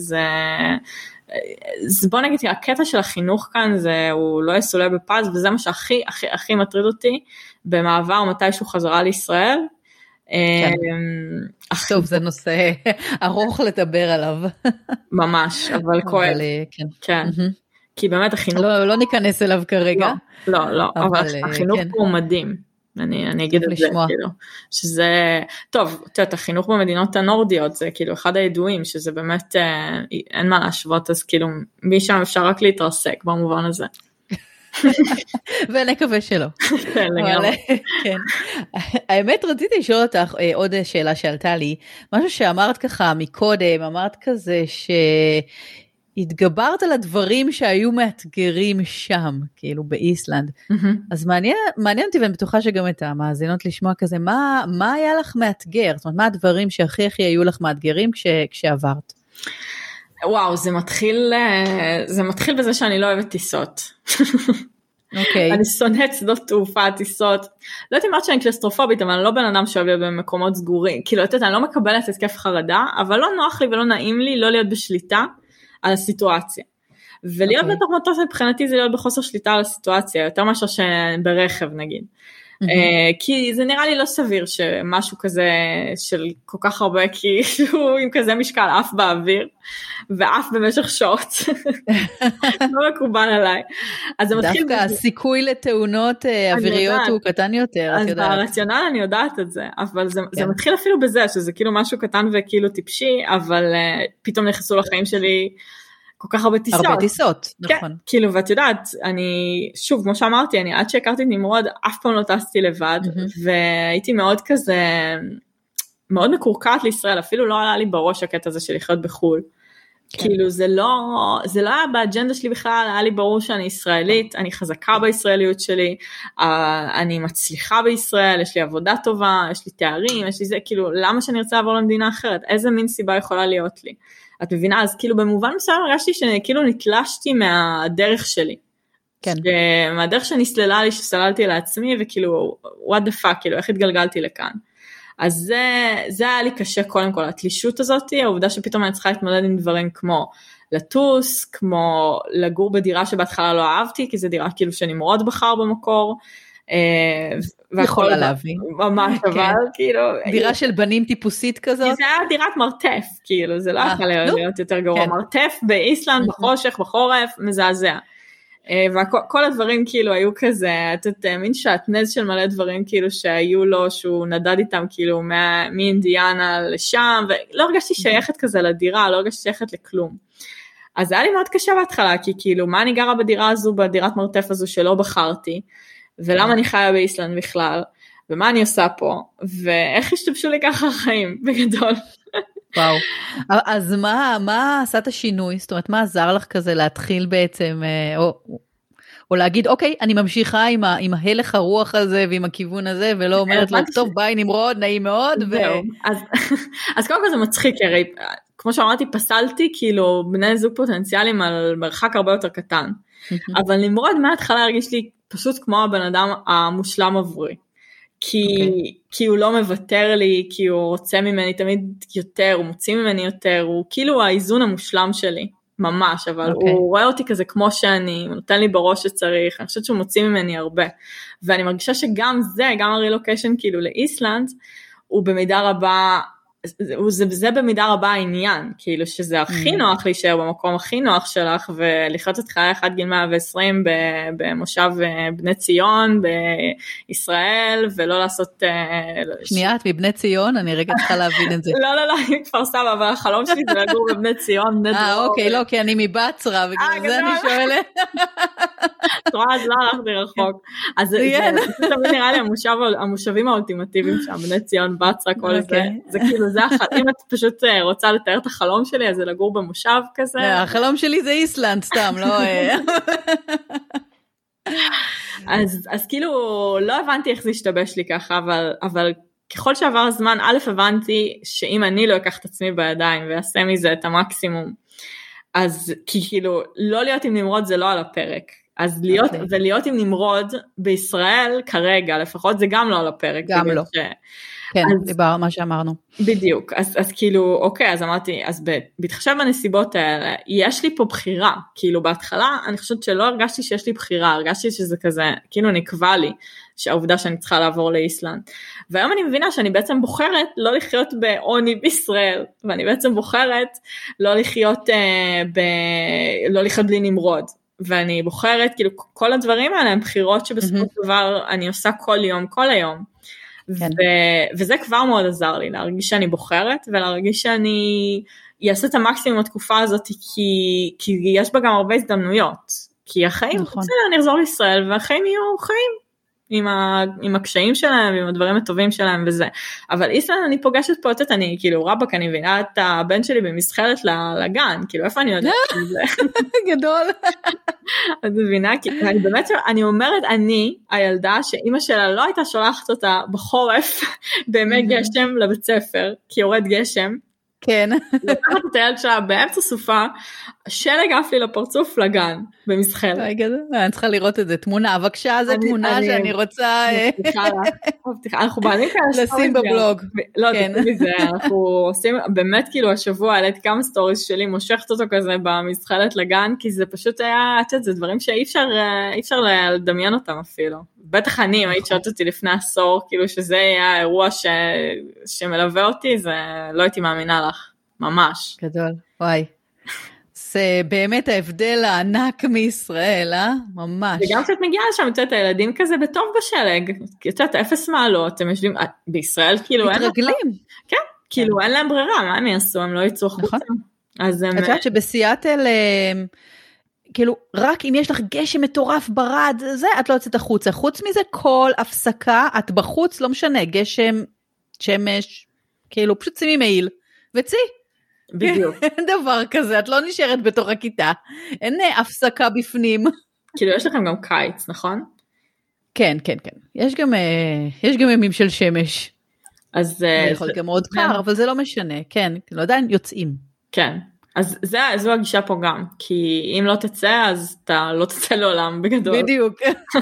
זה בוא נגיד, הקטע של החינוך כאן, הוא לא יסולה בפז, וזה מה שהכי הכי הכי מטריד אותי, במעבר מתישהו חזרה לישראל, טוב, זה נושא ארוך לדבר עליו. ממש, אבל כואב. כן. כי באמת החינוך... לא ניכנס אליו כרגע. לא, אבל החינוך הוא מדהים. אני אגיד את זה, כאילו. שזה, טוב, החינוך במדינות הנורדיות, זה כאילו אחד הידועים, שזה באמת, אין מה להשוות, אז כאילו, משם אפשר רק להתרסק במובן הזה. ונקווה שלא. כן. האמת רציתי לשאול אותך עוד שאלה שעלתה לי, משהו שאמרת ככה מקודם, אמרת כזה שהתגברת על הדברים שהיו מאתגרים שם, כאילו באיסלנד. אז מעניין אותי, ואני בטוחה שגם את המאזינות לשמוע כזה, מה היה לך מאתגר? זאת אומרת, מה הדברים שהכי הכי היו לך מאתגרים כשעברת? וואו, זה מתחיל בזה שאני לא אוהבת טיסות. אני שונאת שדות תעופה, טיסות. לא יודעת אם שאני קלסטרופובית, אבל אני לא בן אדם שאוהב להיות במקומות סגורים. כאילו, אני לא מקבלת התקף חרדה, אבל לא נוח לי ולא נעים לי לא להיות בשליטה על הסיטואציה. ולהיות בתוך מטוס מבחינתי זה להיות בחוסר שליטה על הסיטואציה, יותר מאשר שברכב נגיד. כי זה נראה לי לא סביר שמשהו כזה של כל כך הרבה כאילו עם כזה משקל אף באוויר ואף במשך שעות לא מקובל עליי. דווקא הסיכוי לתאונות אוויריות הוא קטן יותר. אז ברציונל אני יודעת את זה, אבל זה מתחיל אפילו בזה שזה כאילו משהו קטן וכאילו טיפשי, אבל פתאום נכנסו לחיים שלי כל כך הרבה טיסות. הרבה טיסות, נכון. כן, כאילו, ואת יודעת, אני, שוב, כמו שאמרתי, אני עד שהכרתי את נמרוד, אף פעם לא טסתי לבד, והייתי מאוד כזה, מאוד מקורקעת לישראל, אפילו לא עלה לי בראש הקטע הזה של לחיות בחול. כאילו, זה לא היה באג'נדה שלי בכלל, היה לי ברור שאני ישראלית, אני חזקה בישראליות שלי, אני מצליחה בישראל, יש לי עבודה טובה, יש לי תארים, יש לי זה, כאילו, למה שאני ארצה לעבור למדינה אחרת? איזה מין סיבה יכולה להיות לי? את מבינה, אז כאילו במובן מסוים הרגשתי שכאילו נתלשתי מהדרך שלי. כן. מהדרך שנסללה לי, שסללתי לעצמי, וכאילו, what the fuck, כאילו, איך התגלגלתי לכאן. אז זה היה לי קשה קודם כל, התלישות הזאת, העובדה שפתאום אני צריכה להתמודד עם דברים כמו לטוס, כמו לגור בדירה שבהתחלה לא אהבתי, כי זו דירה כאילו שנמרוד בחר במקור, יכולה להבין. ממש, אבל כאילו... דירה של בנים טיפוסית כזאת? זה היה דירת מרתף, כאילו, זה לא יכול להיות יותר גרוע. מרתף באיסלנד, בחושך, בחורף, מזעזע. וכל הדברים כאילו היו כזה, את מין שעטנז של מלא דברים כאילו שהיו לו, שהוא נדד איתם כאילו מאינדיאנה לשם, ולא הרגשתי שייכת כזה לדירה, לא הרגשתי שייכת לכלום. אז זה היה לי מאוד קשה בהתחלה, כי כאילו, מה אני גרה בדירה הזו, בדירת מרתף הזו שלא בחרתי, ולמה אני חיה באיסלנד בכלל, ומה אני עושה פה, ואיך השתבשו לי ככה החיים, בגדול. וואו, אז מה עשה את השינוי? זאת אומרת, מה עזר לך כזה להתחיל בעצם, או להגיד, אוקיי, אני ממשיכה עם ההלך הרוח הזה, ועם הכיוון הזה, ולא אומרת לו, טוב, ביי נמרוד, נעים מאוד. אז קודם כל זה מצחיק, הרי, כמו שאמרתי, פסלתי, כאילו, בני זוג פוטנציאליים על מרחק הרבה יותר קטן, אבל נמרוד מההתחלה הרגיש לי פשוט כמו הבן אדם המושלם עבורי, כי הוא לא מוותר לי, כי הוא רוצה ממני תמיד יותר, הוא מוציא ממני יותר, הוא כאילו האיזון המושלם שלי, ממש, אבל הוא רואה אותי כזה כמו שאני, הוא נותן לי בראש שצריך, אני חושבת שהוא מוציא ממני הרבה, ואני מרגישה שגם זה, גם הרילוקיישן כאילו לאיסלנד, הוא במידה רבה, זה במידה רבה העניין, כאילו שזה הכי נוח להישאר במקום הכי נוח שלך, ולחיות את חיי עד גיל 120 במושב בני ציון בישראל, ולא לעשות... שנייה, את מבני ציון? אני רגע צריכה להבין את זה. לא, אני כפר סבא, אבל החלום שלי זה לגור בבני ציון. אוקיי, לא, כי אני מבצרה, ובגלל זה אני שואלת. את רואה, אז לא הלכתי רחוק. אז זה תמיד נראה לי המושבים האולטימטיביים שם, בני ציון, בצרה, כל זה. זה כאילו, אם את פשוט רוצה לתאר את החלום שלי, אז זה לגור במושב כזה. החלום שלי זה איסלנד, סתם, לא... אז כאילו, לא הבנתי איך זה השתבש לי ככה, אבל ככל שעבר הזמן, א' הבנתי שאם אני לא אקח את עצמי בידיים, ועשה מזה את המקסימום, אז כאילו, לא להיות עם נמרוד זה לא על הפרק. אז להיות עם נמרוד בישראל כרגע, לפחות זה גם לא על הפרק. גם לא. כן, דיבר מה שאמרנו. בדיוק, אז כאילו, אוקיי, אז אמרתי, אז בהתחשב בנסיבות האלה, יש לי פה בחירה, כאילו בהתחלה, אני חושבת שלא הרגשתי שיש לי בחירה, הרגשתי שזה כזה, כאילו נקבע לי, שהעובדה שאני צריכה לעבור לאיסלנד, והיום אני מבינה שאני בעצם בוחרת לא לחיות בעוני בישראל, ואני בעצם בוחרת לא לחיות בלי נמרוד, ואני בוחרת, כאילו כל הדברים האלה הם בחירות שבסופו של דבר אני עושה כל יום, כל היום, וזה כבר מאוד עזר לי, להרגיש שאני בוחרת, ולהרגיש שאני אעשה את המקסימום התקופה הזאת, כי יש בה גם הרבה הזדמנויות, כי החיים, אני אחזור לישראל, והחיים יהיו חיים, עם הקשיים שלהם, עם הדברים הטובים שלהם וזה, אבל איסלנד אני פוגשת פה, אני כאילו רבק, אני מבינה את הבן שלי במסחרת לגן, כאילו איפה אני יודעת את זה? גדול. את מבינה, כי אני באמת, אני אומרת, אני הילדה שאמא שלה לא הייתה שולחת אותה בחורף, באמת גשם לבית ספר, כי יורד גשם, כן. לקחת את הילד שלה באמצע סופה, שלג עף לי לפרצוף לגן, במסחרת. אני צריכה לראות את זה, תמונה, בבקשה, זו תמונה שאני רוצה... אנחנו בעלים כאלה לשים בבלוג. לא, תקובי זה, אנחנו עושים, באמת כאילו השבוע, העליתי כמה סטוריז שלי, מושכת אותו כזה במסחרת לגן, כי זה פשוט היה, זה דברים שאי אפשר לדמיין אותם אפילו. בטח אני, אם היית שואלת אותי לפני עשור, כאילו שזה היה האירוע שמלווה אותי, זה לא הייתי מאמינה לך, ממש. גדול, וואי. זה באמת ההבדל הענק מישראל, ממש. וגם כשאת מגיעה לשם, את הילדים כזה בטוב בשלג, את יודעת, 0 מעלות, הם יושבים, בישראל כאילו אין... מתרגלים. כן, כאילו אין להם ברירה, מה הם יעשו, הם לא יצאו החוצה. את יודעת שבסיאטל... כאילו, רק אם יש לך גשם מטורף ברד, זה, את לא יוצאת החוצה. חוץ מזה, כל הפסקה, את בחוץ, לא משנה, גשם, שמש, כאילו, פשוט שימי מעיל, וצי. בדיוק. אין דבר כזה, את לא נשארת בתוך הכיתה. אין הפסקה בפנים. כאילו, יש לכם גם קיץ, נכון? כן, כן, כן. יש גם ימים של שמש. אז... יכול גם מאוד קר, אבל זה לא משנה. כן, לא עדיין יוצאים. כן. אז זו הגישה פה גם, כי אם לא תצא, אז אתה לא תצא לעולם בגדול. בדיוק.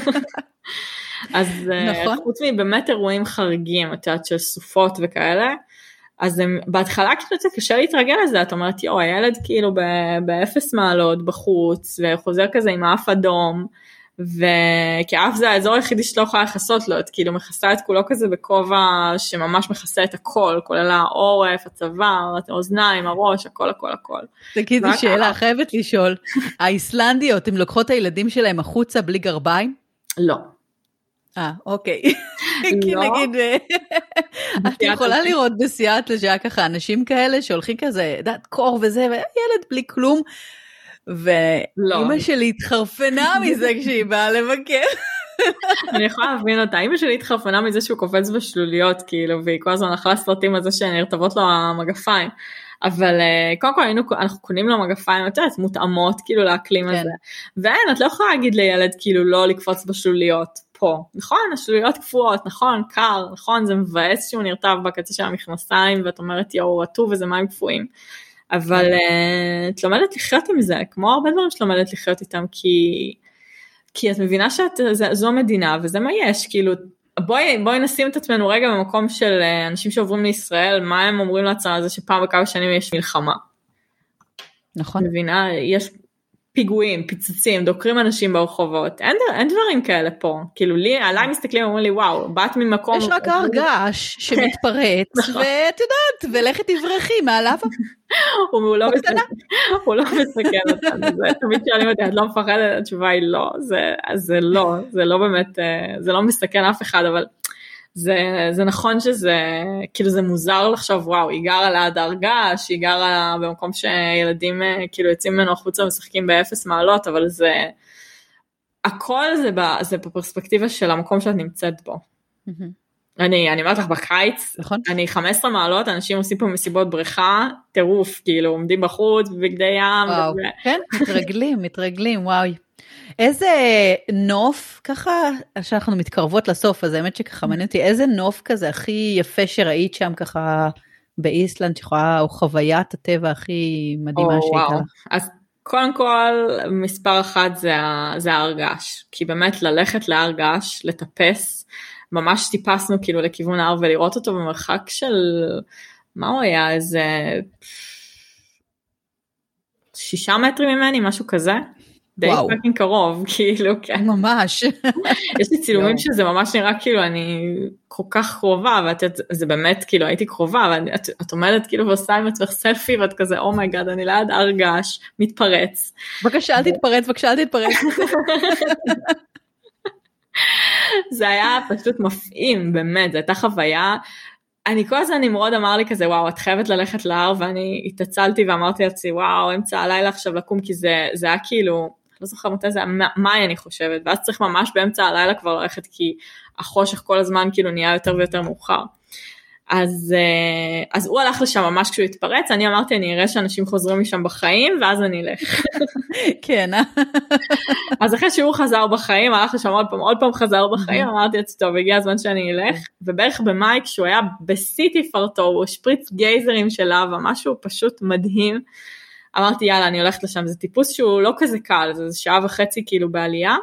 אז חוץ מבאמת אירועים חריגים, את יודעת, של סופות וכאלה, אז בהתחלה כאילו קשה להתרגל לזה, את אומרת, יו, הילד כאילו ב0 מעלות בחוץ, וחוזר כזה עם האף אדום, וכי האף זה האזור היחידי שלא יכולה לחסות לו, את כאילו מכסה את כולו כזה בכובע שממש מכסה את הכל, כולל העורף, הצוואר, האוזניים, הראש, הכל, הכל, הכל. תגידי שאלה, חייבת לשאול, האיסלנדיות, הן לוקחות את הילדים שלהם החוצה בלי גרביים? לא. אוקיי. כי נגיד, את יכולה לראות בסיאטל שהיה ככה אנשים כאלה שהולכים כזה, דעת קור וזה, וילד בלי כלום, ואמא שלי התחרפנה מזה כשהיא באה לבקר. אני יכולה להבין אותה, אמא שלי התחרפנה מזה שהוא קופץ בשלוליות, כאילו, והיא כל הזמן אכלה סרטים על זה שנרטבות לו המגפיים, אבל קודם כל אנחנו קונים לו מגפיים יותר, מותאמות כאילו לאקלים הזה, ואין, את לא יכולה להגיד לילד כאילו לא לקפוץ בשלוליות פה, נכון, השלוליות קפואות, נכון, קר, נכון, זה מבאס שהוא נרטב בקצה של המכנסיים, ואת אומרת יאו רטוב וזה מים קפואים, אבל את לומדת לחיות עם זה, כמו הרבה דברים שאת לומדת לחיות איתם, כי את מבינה שזו מדינה, וזה מה יש, כאילו, בואי נשים את עצמנו רגע במקום של אנשים שעוברים לישראל, מה הם אומרים לעצמם על זה שפעם בכמה שנים יש מלחמה. נכון. מבינה, יש פיגועים, פיצוצים, דוקרים אנשים ברחובות, אין דברים כאלה פה, כאילו עליי מסתכלים ואומרים לי וואו, באת ממקום... יש רק הרגש שמתפרץ, ואת יודעת, ולכת תברכי מעליו. הוא לא מסתכל אותנו, תמיד שואלים אותי, את לא מפחדת, התשובה היא לא, זה לא באמת, זה לא מסתכל אף אחד, אבל זה נכון שזה, כאילו זה מוזר לחשוב, וואו, היא גרה ליד הרגש, היא גרה במקום שילדים כאילו יוצאים ממנו החוצה ומשחקים ב0 מעלות, אבל הכל זה בפרספקטיבה של המקום שאת נמצאת בו. אני אומרת לך בקיץ, אני 15 מעלות, אנשים עושים פה מסיבות בריכה, טירוף, כאילו עומדים בחוץ, בבגדי ים. וואו, כן, מתרגלים, וואו. איזה נוף, ככה, שאנחנו מתקרבות לסוף, אז האמת שככה מעניין אותי, איזה נוף כזה הכי יפה שראית שם ככה באיסלנד, או חוויית הטבע הכי מדהימה שהייתה לך? אז קודם כל, מספר 1 זה ההרגש, כי באמת ללכת להרגש, לטפס, ממש טיפסנו כאילו לכיוון ההר ולראות אותו במרחק של, מה הוא היה, איזה 6 מטרים ממני, משהו כזה. די פאקינג קרוב, כאילו, כן. ממש. יש לי צילומים שזה ממש נראה כאילו אני כל כך קרובה, וזה באמת כאילו הייתי קרובה, ואת עומדת כאילו ועושה עם עצמך סלפי, ואת כזה, אומייגאד, אני ליד הרגש, מתפרץ. בבקשה, אל תתפרץ. זה היה פשוט מפעים, באמת, זו הייתה חוויה, אני כל הזמן נמרוד אמר לי כזה, וואו, את חייבת ללכת להר, ואני התעצלתי ואמרתי לעצמי, וואו, אמצע הלילה עכשיו לקום, כי זה היה כאילו, לא זוכר מתי זה, מאי אני חושבת, ואז צריך ממש באמצע הלילה כבר ללכת, כי החושך כל הזמן כאילו נהיה יותר ויותר מאוחר. אז הוא הלך לשם ממש כשהוא התפרץ, אני אמרתי, אני אראה שאנשים חוזרים משם בחיים, ואז אני אלך. כן, אז אחרי שהוא חזר בחיים, הלך לשם עוד פעם חזר בחיים, אמרתי, טוב, הגיע הזמן שאני אלך, ובערך במאי, כשהוא היה בסיטי פרטו, הוא שפריץ גייזרים של לava, משהו פשוט מדהים, אמרתי, יאללה, אני הולכת לשם, זה טיפוס שהוא לא כזה קל, זה 1.5 שעה כאילו בעלייה,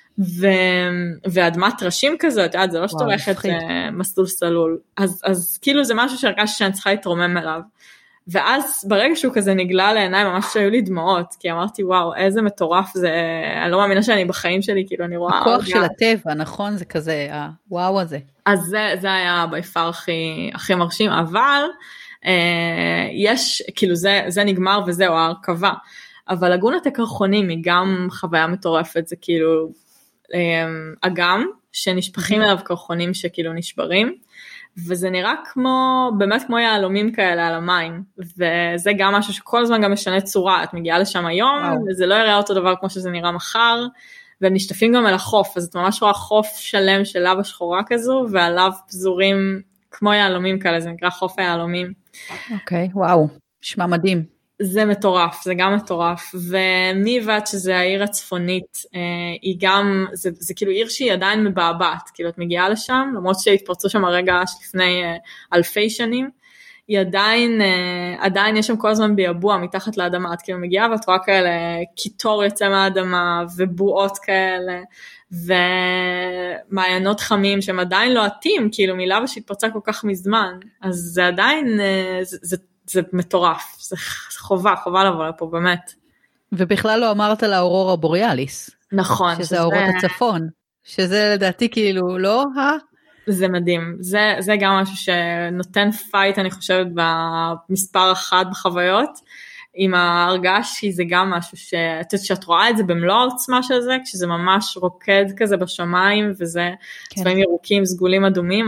ואדמת ראשים כזאת, זה לא שאתה הולכת מסלול סלול, אז כאילו זה משהו שהרגשתי שאני צריכה להתרומם אליו, ואז ברגע שהוא כזה נגלה לעיניי, ממש שהיו לי דמעות, כי אמרתי וואו, איזה מטורף זה, אני לא מאמינה שאני בחיים שלי, כאילו אני רואה... הכוח של הטבע, נכון? זה כזה, וואו הזה. אז זה היה ביפר הכי מרשים, אבל יש, כאילו זה נגמר וזהו, ההרכבה, אבל לגונת הקרחונים היא גם חוויה מטורפת, זה כאילו אגם שנשפכים אליו קרחונים שכאילו נשברים, וזה נראה באמת כמו יעלומים כאלה על המים, וזה גם משהו שכל הזמן גם משנה צורה, את מגיעה לשם היום, וזה לא יראה אותו דבר כמו שזה נראה מחר, והם נשטפים גם אל החוף, אז את ממש רואה חוף שלם של לבה שחורה כזו, ועליו פזורים כמו יעלומים כאלה, זה נקרא חוף היעלומים. אוקיי, וואו, נשמע מדהים. זה מטורף, זה גם מטורף, וניבת, שזה העיר הצפונית, היא גם, זה כאילו עיר שהיא עדיין מבעבעת, כאילו את מגיעה לשם, למרות שהתפרצו שם הרגע לפני 1000 שנים, היא עדיין יש שם כל הזמן ביבוע מתחת לאדמה, את כאילו מגיעה ואת רואה כאלה, קיטור יוצא מהאדמה, ובועות כאלה, ומעיינות חמים שהם עדיין לא עתים, כאילו מלבה שהתפרצה כל כך מזמן, אז זה עדיין, זה מטורף, זה חובה לבוא לפה, באמת. ובכלל לא אמרת על האורורה בוריאליס. נכון. שזה אורות הצפון, שזה לדעתי כאילו לא, זה מדהים, זה גם משהו שנותן פייט, אני חושבת, במספר 1 בחוויות, עם ההרגש, זה גם משהו שאת רואה את זה במלוא העוצמה של זה, כשזה ממש רוקד כזה בשמיים, וזה צבעים ירוקים, סגולים אדומים,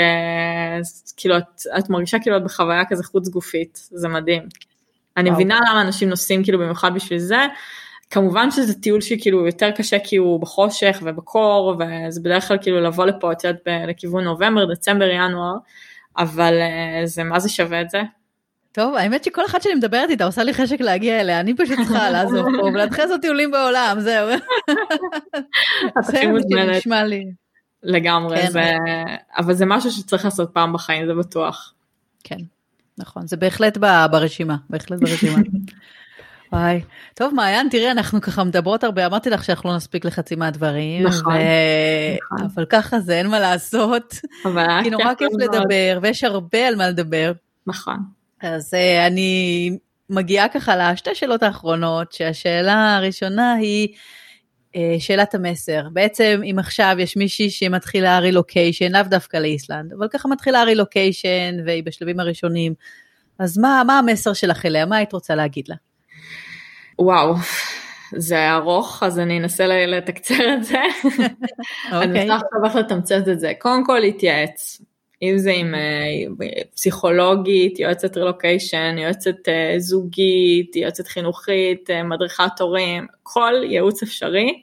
את מרגישה כאילו את בחוויה כזה חוץ גופית, זה מדהים. אני מבינה למה אנשים נוסעים כאילו במיוחד בשביל זה, כמובן שזה טיול שכאילו יותר קשה כי הוא בחושך ובקור, וזה בדרך כלל כאילו לבוא לפה, את יודעת, לכיוון נובמבר, דצמבר, ינואר, אבל מה זה שווה את זה? טוב, האמת שכל אחת שאני מדברת איתה עושה לי חשק להגיע אליה, אני פשוט צריכה לעזוב פה, ולהתחיל לעשות טיולים בעולם, זהו. זה נשמע לי. לגמרי, אבל זה משהו שצריך לעשות פעם בחיים, זה בטוח. כן, נכון, זה בהחלט ברשימה, בהחלט ברשימה. וואי, טוב מעיין, תראי, אנחנו ככה מדברות הרבה, אמרתי לך שאנחנו לא נספיק לחצי מהדברים, אבל ככה זה, אין מה לעשות, כי נורא כיף לדבר, ויש הרבה על מה לדבר. נכון. אז אני מגיעה ככה לשתי שאלות האחרונות, שהשאלה הראשונה היא שאלת המסר. בעצם אם עכשיו יש מישהי שמתחילה רילוקיישן, לאו דווקא לאיסלנד, אבל ככה מתחילה רילוקיישן והיא בשלבים הראשונים, אז מה המסר שלך אליה? מה היית רוצה להגיד לה? וואו, זה ארוך, אז אני אנסה לתקצר את זה. אני אנסה עכשיו איך לתמצת את זה. קודם כל להתייעץ. אם זה עם פסיכולוגית, יועצת רילוקיישן, יועצת זוגית, יועצת חינוכית, מדריכת הורים, כל ייעוץ אפשרי,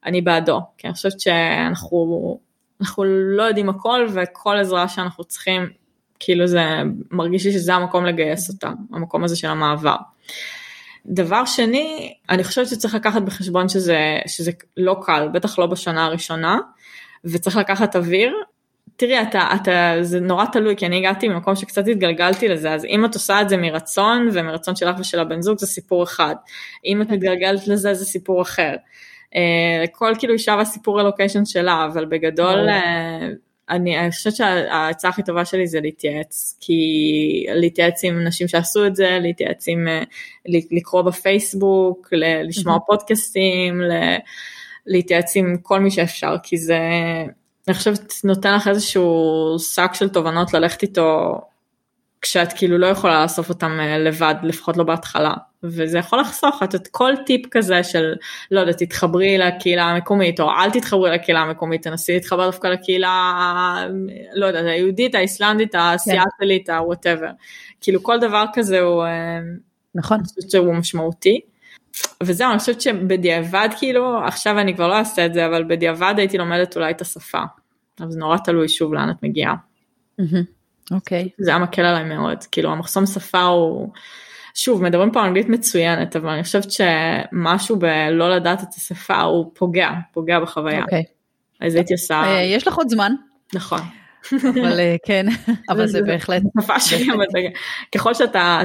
אני בעדו, כי אני חושבת שאנחנו לא יודעים הכל, וכל עזרה שאנחנו צריכים, כאילו זה מרגיש לי שזה המקום לגייס אותה, המקום הזה של המעבר. דבר שני, אני חושבת שצריך לקחת בחשבון שזה לא קל, בטח לא בשנה הראשונה, וצריך לקחת אוויר. תראי, זה נורא תלוי, כי אני הגעתי ממקום שקצת התגלגלתי לזה, אז אם את עושה את זה מרצון, ומרצון שלך ושל הבן זוג, זה סיפור אחד. אם את מתגלגלת לזה, זה סיפור אחר. כל כאילו אישה והסיפור רילוקיישן שלה, אבל בגדול, אני חושבת שההצעה הכי טובה שלי זה להתייעץ, כי להתייעץ עם נשים שעשו את זה, להתייעץ עם, לקרוא בפייסבוק, לשמוע פודקאסטים, להתייעץ עם כל מי שאפשר, כי זה, אני חושבת, נותן לך איזשהו שק של תובנות ללכת איתו, כשאת כאילו לא יכולה לאסוף אותם לבד, לפחות לא בהתחלה, וזה יכול לחסוך את כל טיפ כזה של, לא יודעת, תתחברי לקהילה המקומית, או אל תתחברי לקהילה המקומית, תנסי להתחבר דווקא לקהילה, לא יודעת, היהודית, האיסלנדית, הסיאטלית, ה-whatever, כאילו כל דבר כזה הוא, נכון. אני חושבת שהוא משמעותי, וזהו, אני חושבת שבדיעבד כאילו, עכשיו אני כבר לא אעשה את זה, אבל בדיעבד הייתי לומדת אולי את השפה, אבל זה נורא תלוי שוב לאן את מגיעה. אוקיי. זה היה מקל עליי מאוד, כאילו המחסום שפה הוא, שוב, מדברים פה אנגלית מצוינת, אבל אני חושבת שמשהו בלא לדעת את השפה הוא פוגע בחוויה. אוקיי. אז הייתי עושה... יש לך עוד זמן. נכון. אבל כן, אבל זה בהחלט... שפה שלי, ככל שאתה...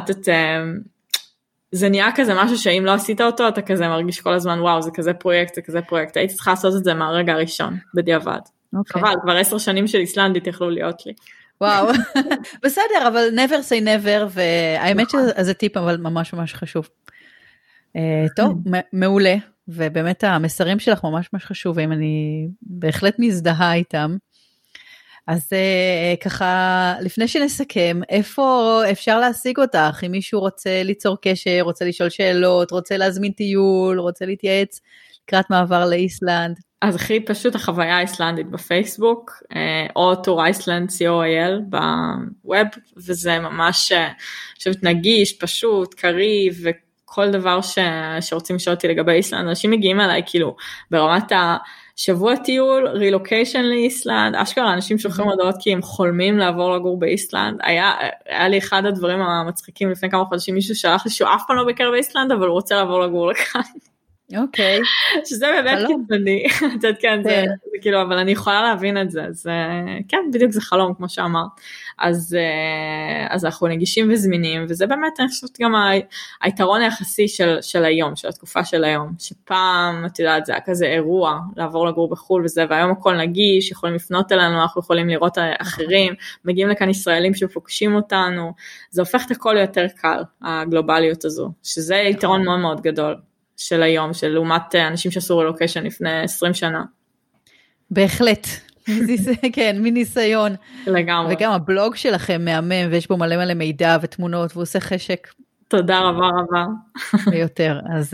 זה נהיה כזה משהו שאם לא עשית אותו, אתה כזה מרגיש כל הזמן, וואו, זה כזה פרויקט, הייתי צריכה לעשות את זה מהרגע הראשון, בדיעבד. חבל, כבר 10 שנים של איסלנדית יכלו להיות לי. וואו, בסדר, אבל never say never, והאמת שזה טיפ, אבל ממש ממש חשוב. טוב, מעולה, ובאמת המסרים שלך ממש ממש חשובים, אני בהחלט מזדהה איתם. אז ככה, לפני שנסכם, איפה אפשר להשיג אותך? אם מישהו רוצה ליצור קשר, רוצה לשאול שאלות, רוצה להזמין טיול, רוצה להתייעץ לקראת מעבר לאיסלנד? אז הכי פשוט החוויה האיסלנדית בפייסבוק, או טור איסלנד co.il בווב, וזה ממש, חושבת, נגיש, פשוט, קריב, וכל דבר שרוצים לשאול אותי לגבי איסלנד, אנשים מגיעים אליי כאילו ברמת השבוע טיול, רילוקיישן לאיסלנד, אשכרה אנשים שולחים הודעות כי הם חולמים לעבור לגור באיסלנד, היה לי אחד הדברים המצחיקים לפני כמה חודשים, מישהו שלח לי שהוא אף פעם לא ביקר באיסלנד, אבל הוא רוצה לעבור לגור לכאן. אוקיי. שזה באמת קיצוני, כן, זה כאילו, אבל אני יכולה להבין את זה, אז כן, בדיוק זה חלום, כמו שאמרת, אז אנחנו נגישים וזמינים, וזה באמת, אני חושבת גם היתרון היחסי של היום, של התקופה של היום, שפעם, את יודעת, זה היה כזה אירוע, לעבור לגור בחול וזה, והיום הכל נגיש, יכולים לפנות אלינו, אנחנו יכולים לראות אחרים, מגיעים לכאן ישראלים שפוגשים אותנו, זה הופך את הכל יותר קל, הגלובליות הזו, שזה יתרון מאוד מאוד גדול. של היום, של לעומת אנשים שעשו רילוקיישן לפני 20 שנה. בהחלט, כן, מניסיון. לגמרי. וגם הבלוג שלכם מהמם, ויש בו מלא מידע ותמונות, והוא עושה חשק. תודה רבה. ביותר, אז...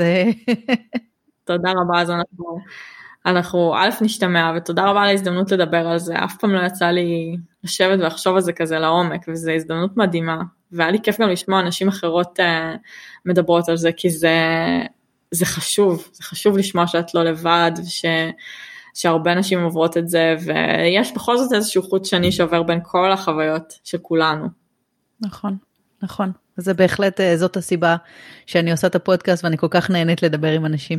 תודה רבה, אז אנחנו א' נשתמע, ותודה רבה על ההזדמנות לדבר על זה, אף פעם לא יצא לי לשבת ולחשוב על זה כזה לעומק, וזו הזדמנות מדהימה, והיה לי כיף גם לשמוע אנשים אחרות מדברות על זה, כי זה חשוב לשמוע שאת לא לבד, שהרבה אנשים עוברות את זה, ויש בכל זאת איזשהו חוט שני שעובר בין כל החוויות של כולנו. נכון. זה בהחלט, זאת הסיבה שאני עושה את הפודקאסט, ואני כל כך נהנית לדבר עם אנשים.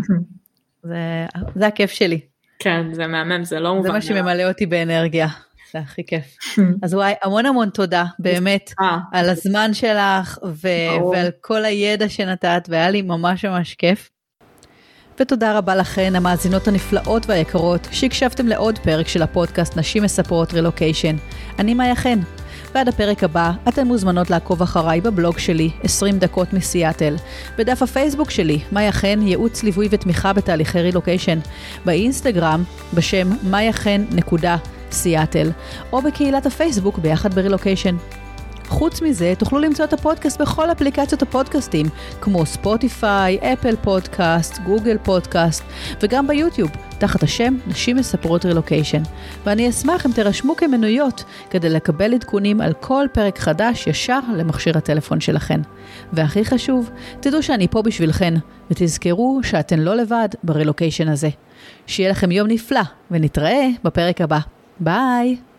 זה הכיף שלי. כן, זה מהמם, זה לא מובן. זה מה שממלא אותי באנרגיה. זה הכי כיף. אז וואי, המון תודה, באמת, על הזמן שלך, ועל כל הידע שנתת, והיה לי ממש ממש כיף. ותודה רבה לכן, המאזינות הנפלאות והיקרות, שהקשבתם לעוד פרק של הפודקאסט נשים מספרות רילוקיישן. אני מאיה חן. ועד הפרק הבא, אתן מוזמנות לעקוב אחריי בבלוג שלי, 20 דקות מסיאטל, בדף הפייסבוק שלי, מאיה חן, ייעוץ, ליווי ותמיכה בתהליכי רילוקיישן, באינסטגרם, בשם מאיה חן.סיאטל, או בקהילת הפייסבוק ביחד ברילוקיישן. חוץ מזה, תוכלו למצוא את הפודקאסט בכל אפליקציות הפודקאסטים, כמו ספוטיפיי, אפל פודקאסט, גוגל פודקאסט, וגם ביוטיוב, תחת השם נשים מספרות רילוקיישן. ואני אשמח אם תרשמו כמנויות, כדי לקבל עדכונים על כל פרק חדש ישר למכשיר הטלפון שלכן. והכי חשוב, תדעו שאני פה בשבילכן, ותזכרו שאתן לא לבד ברילוקיישן הזה. שיהיה לכם יום נפלא, ונתראה בפרק הבא. ביי!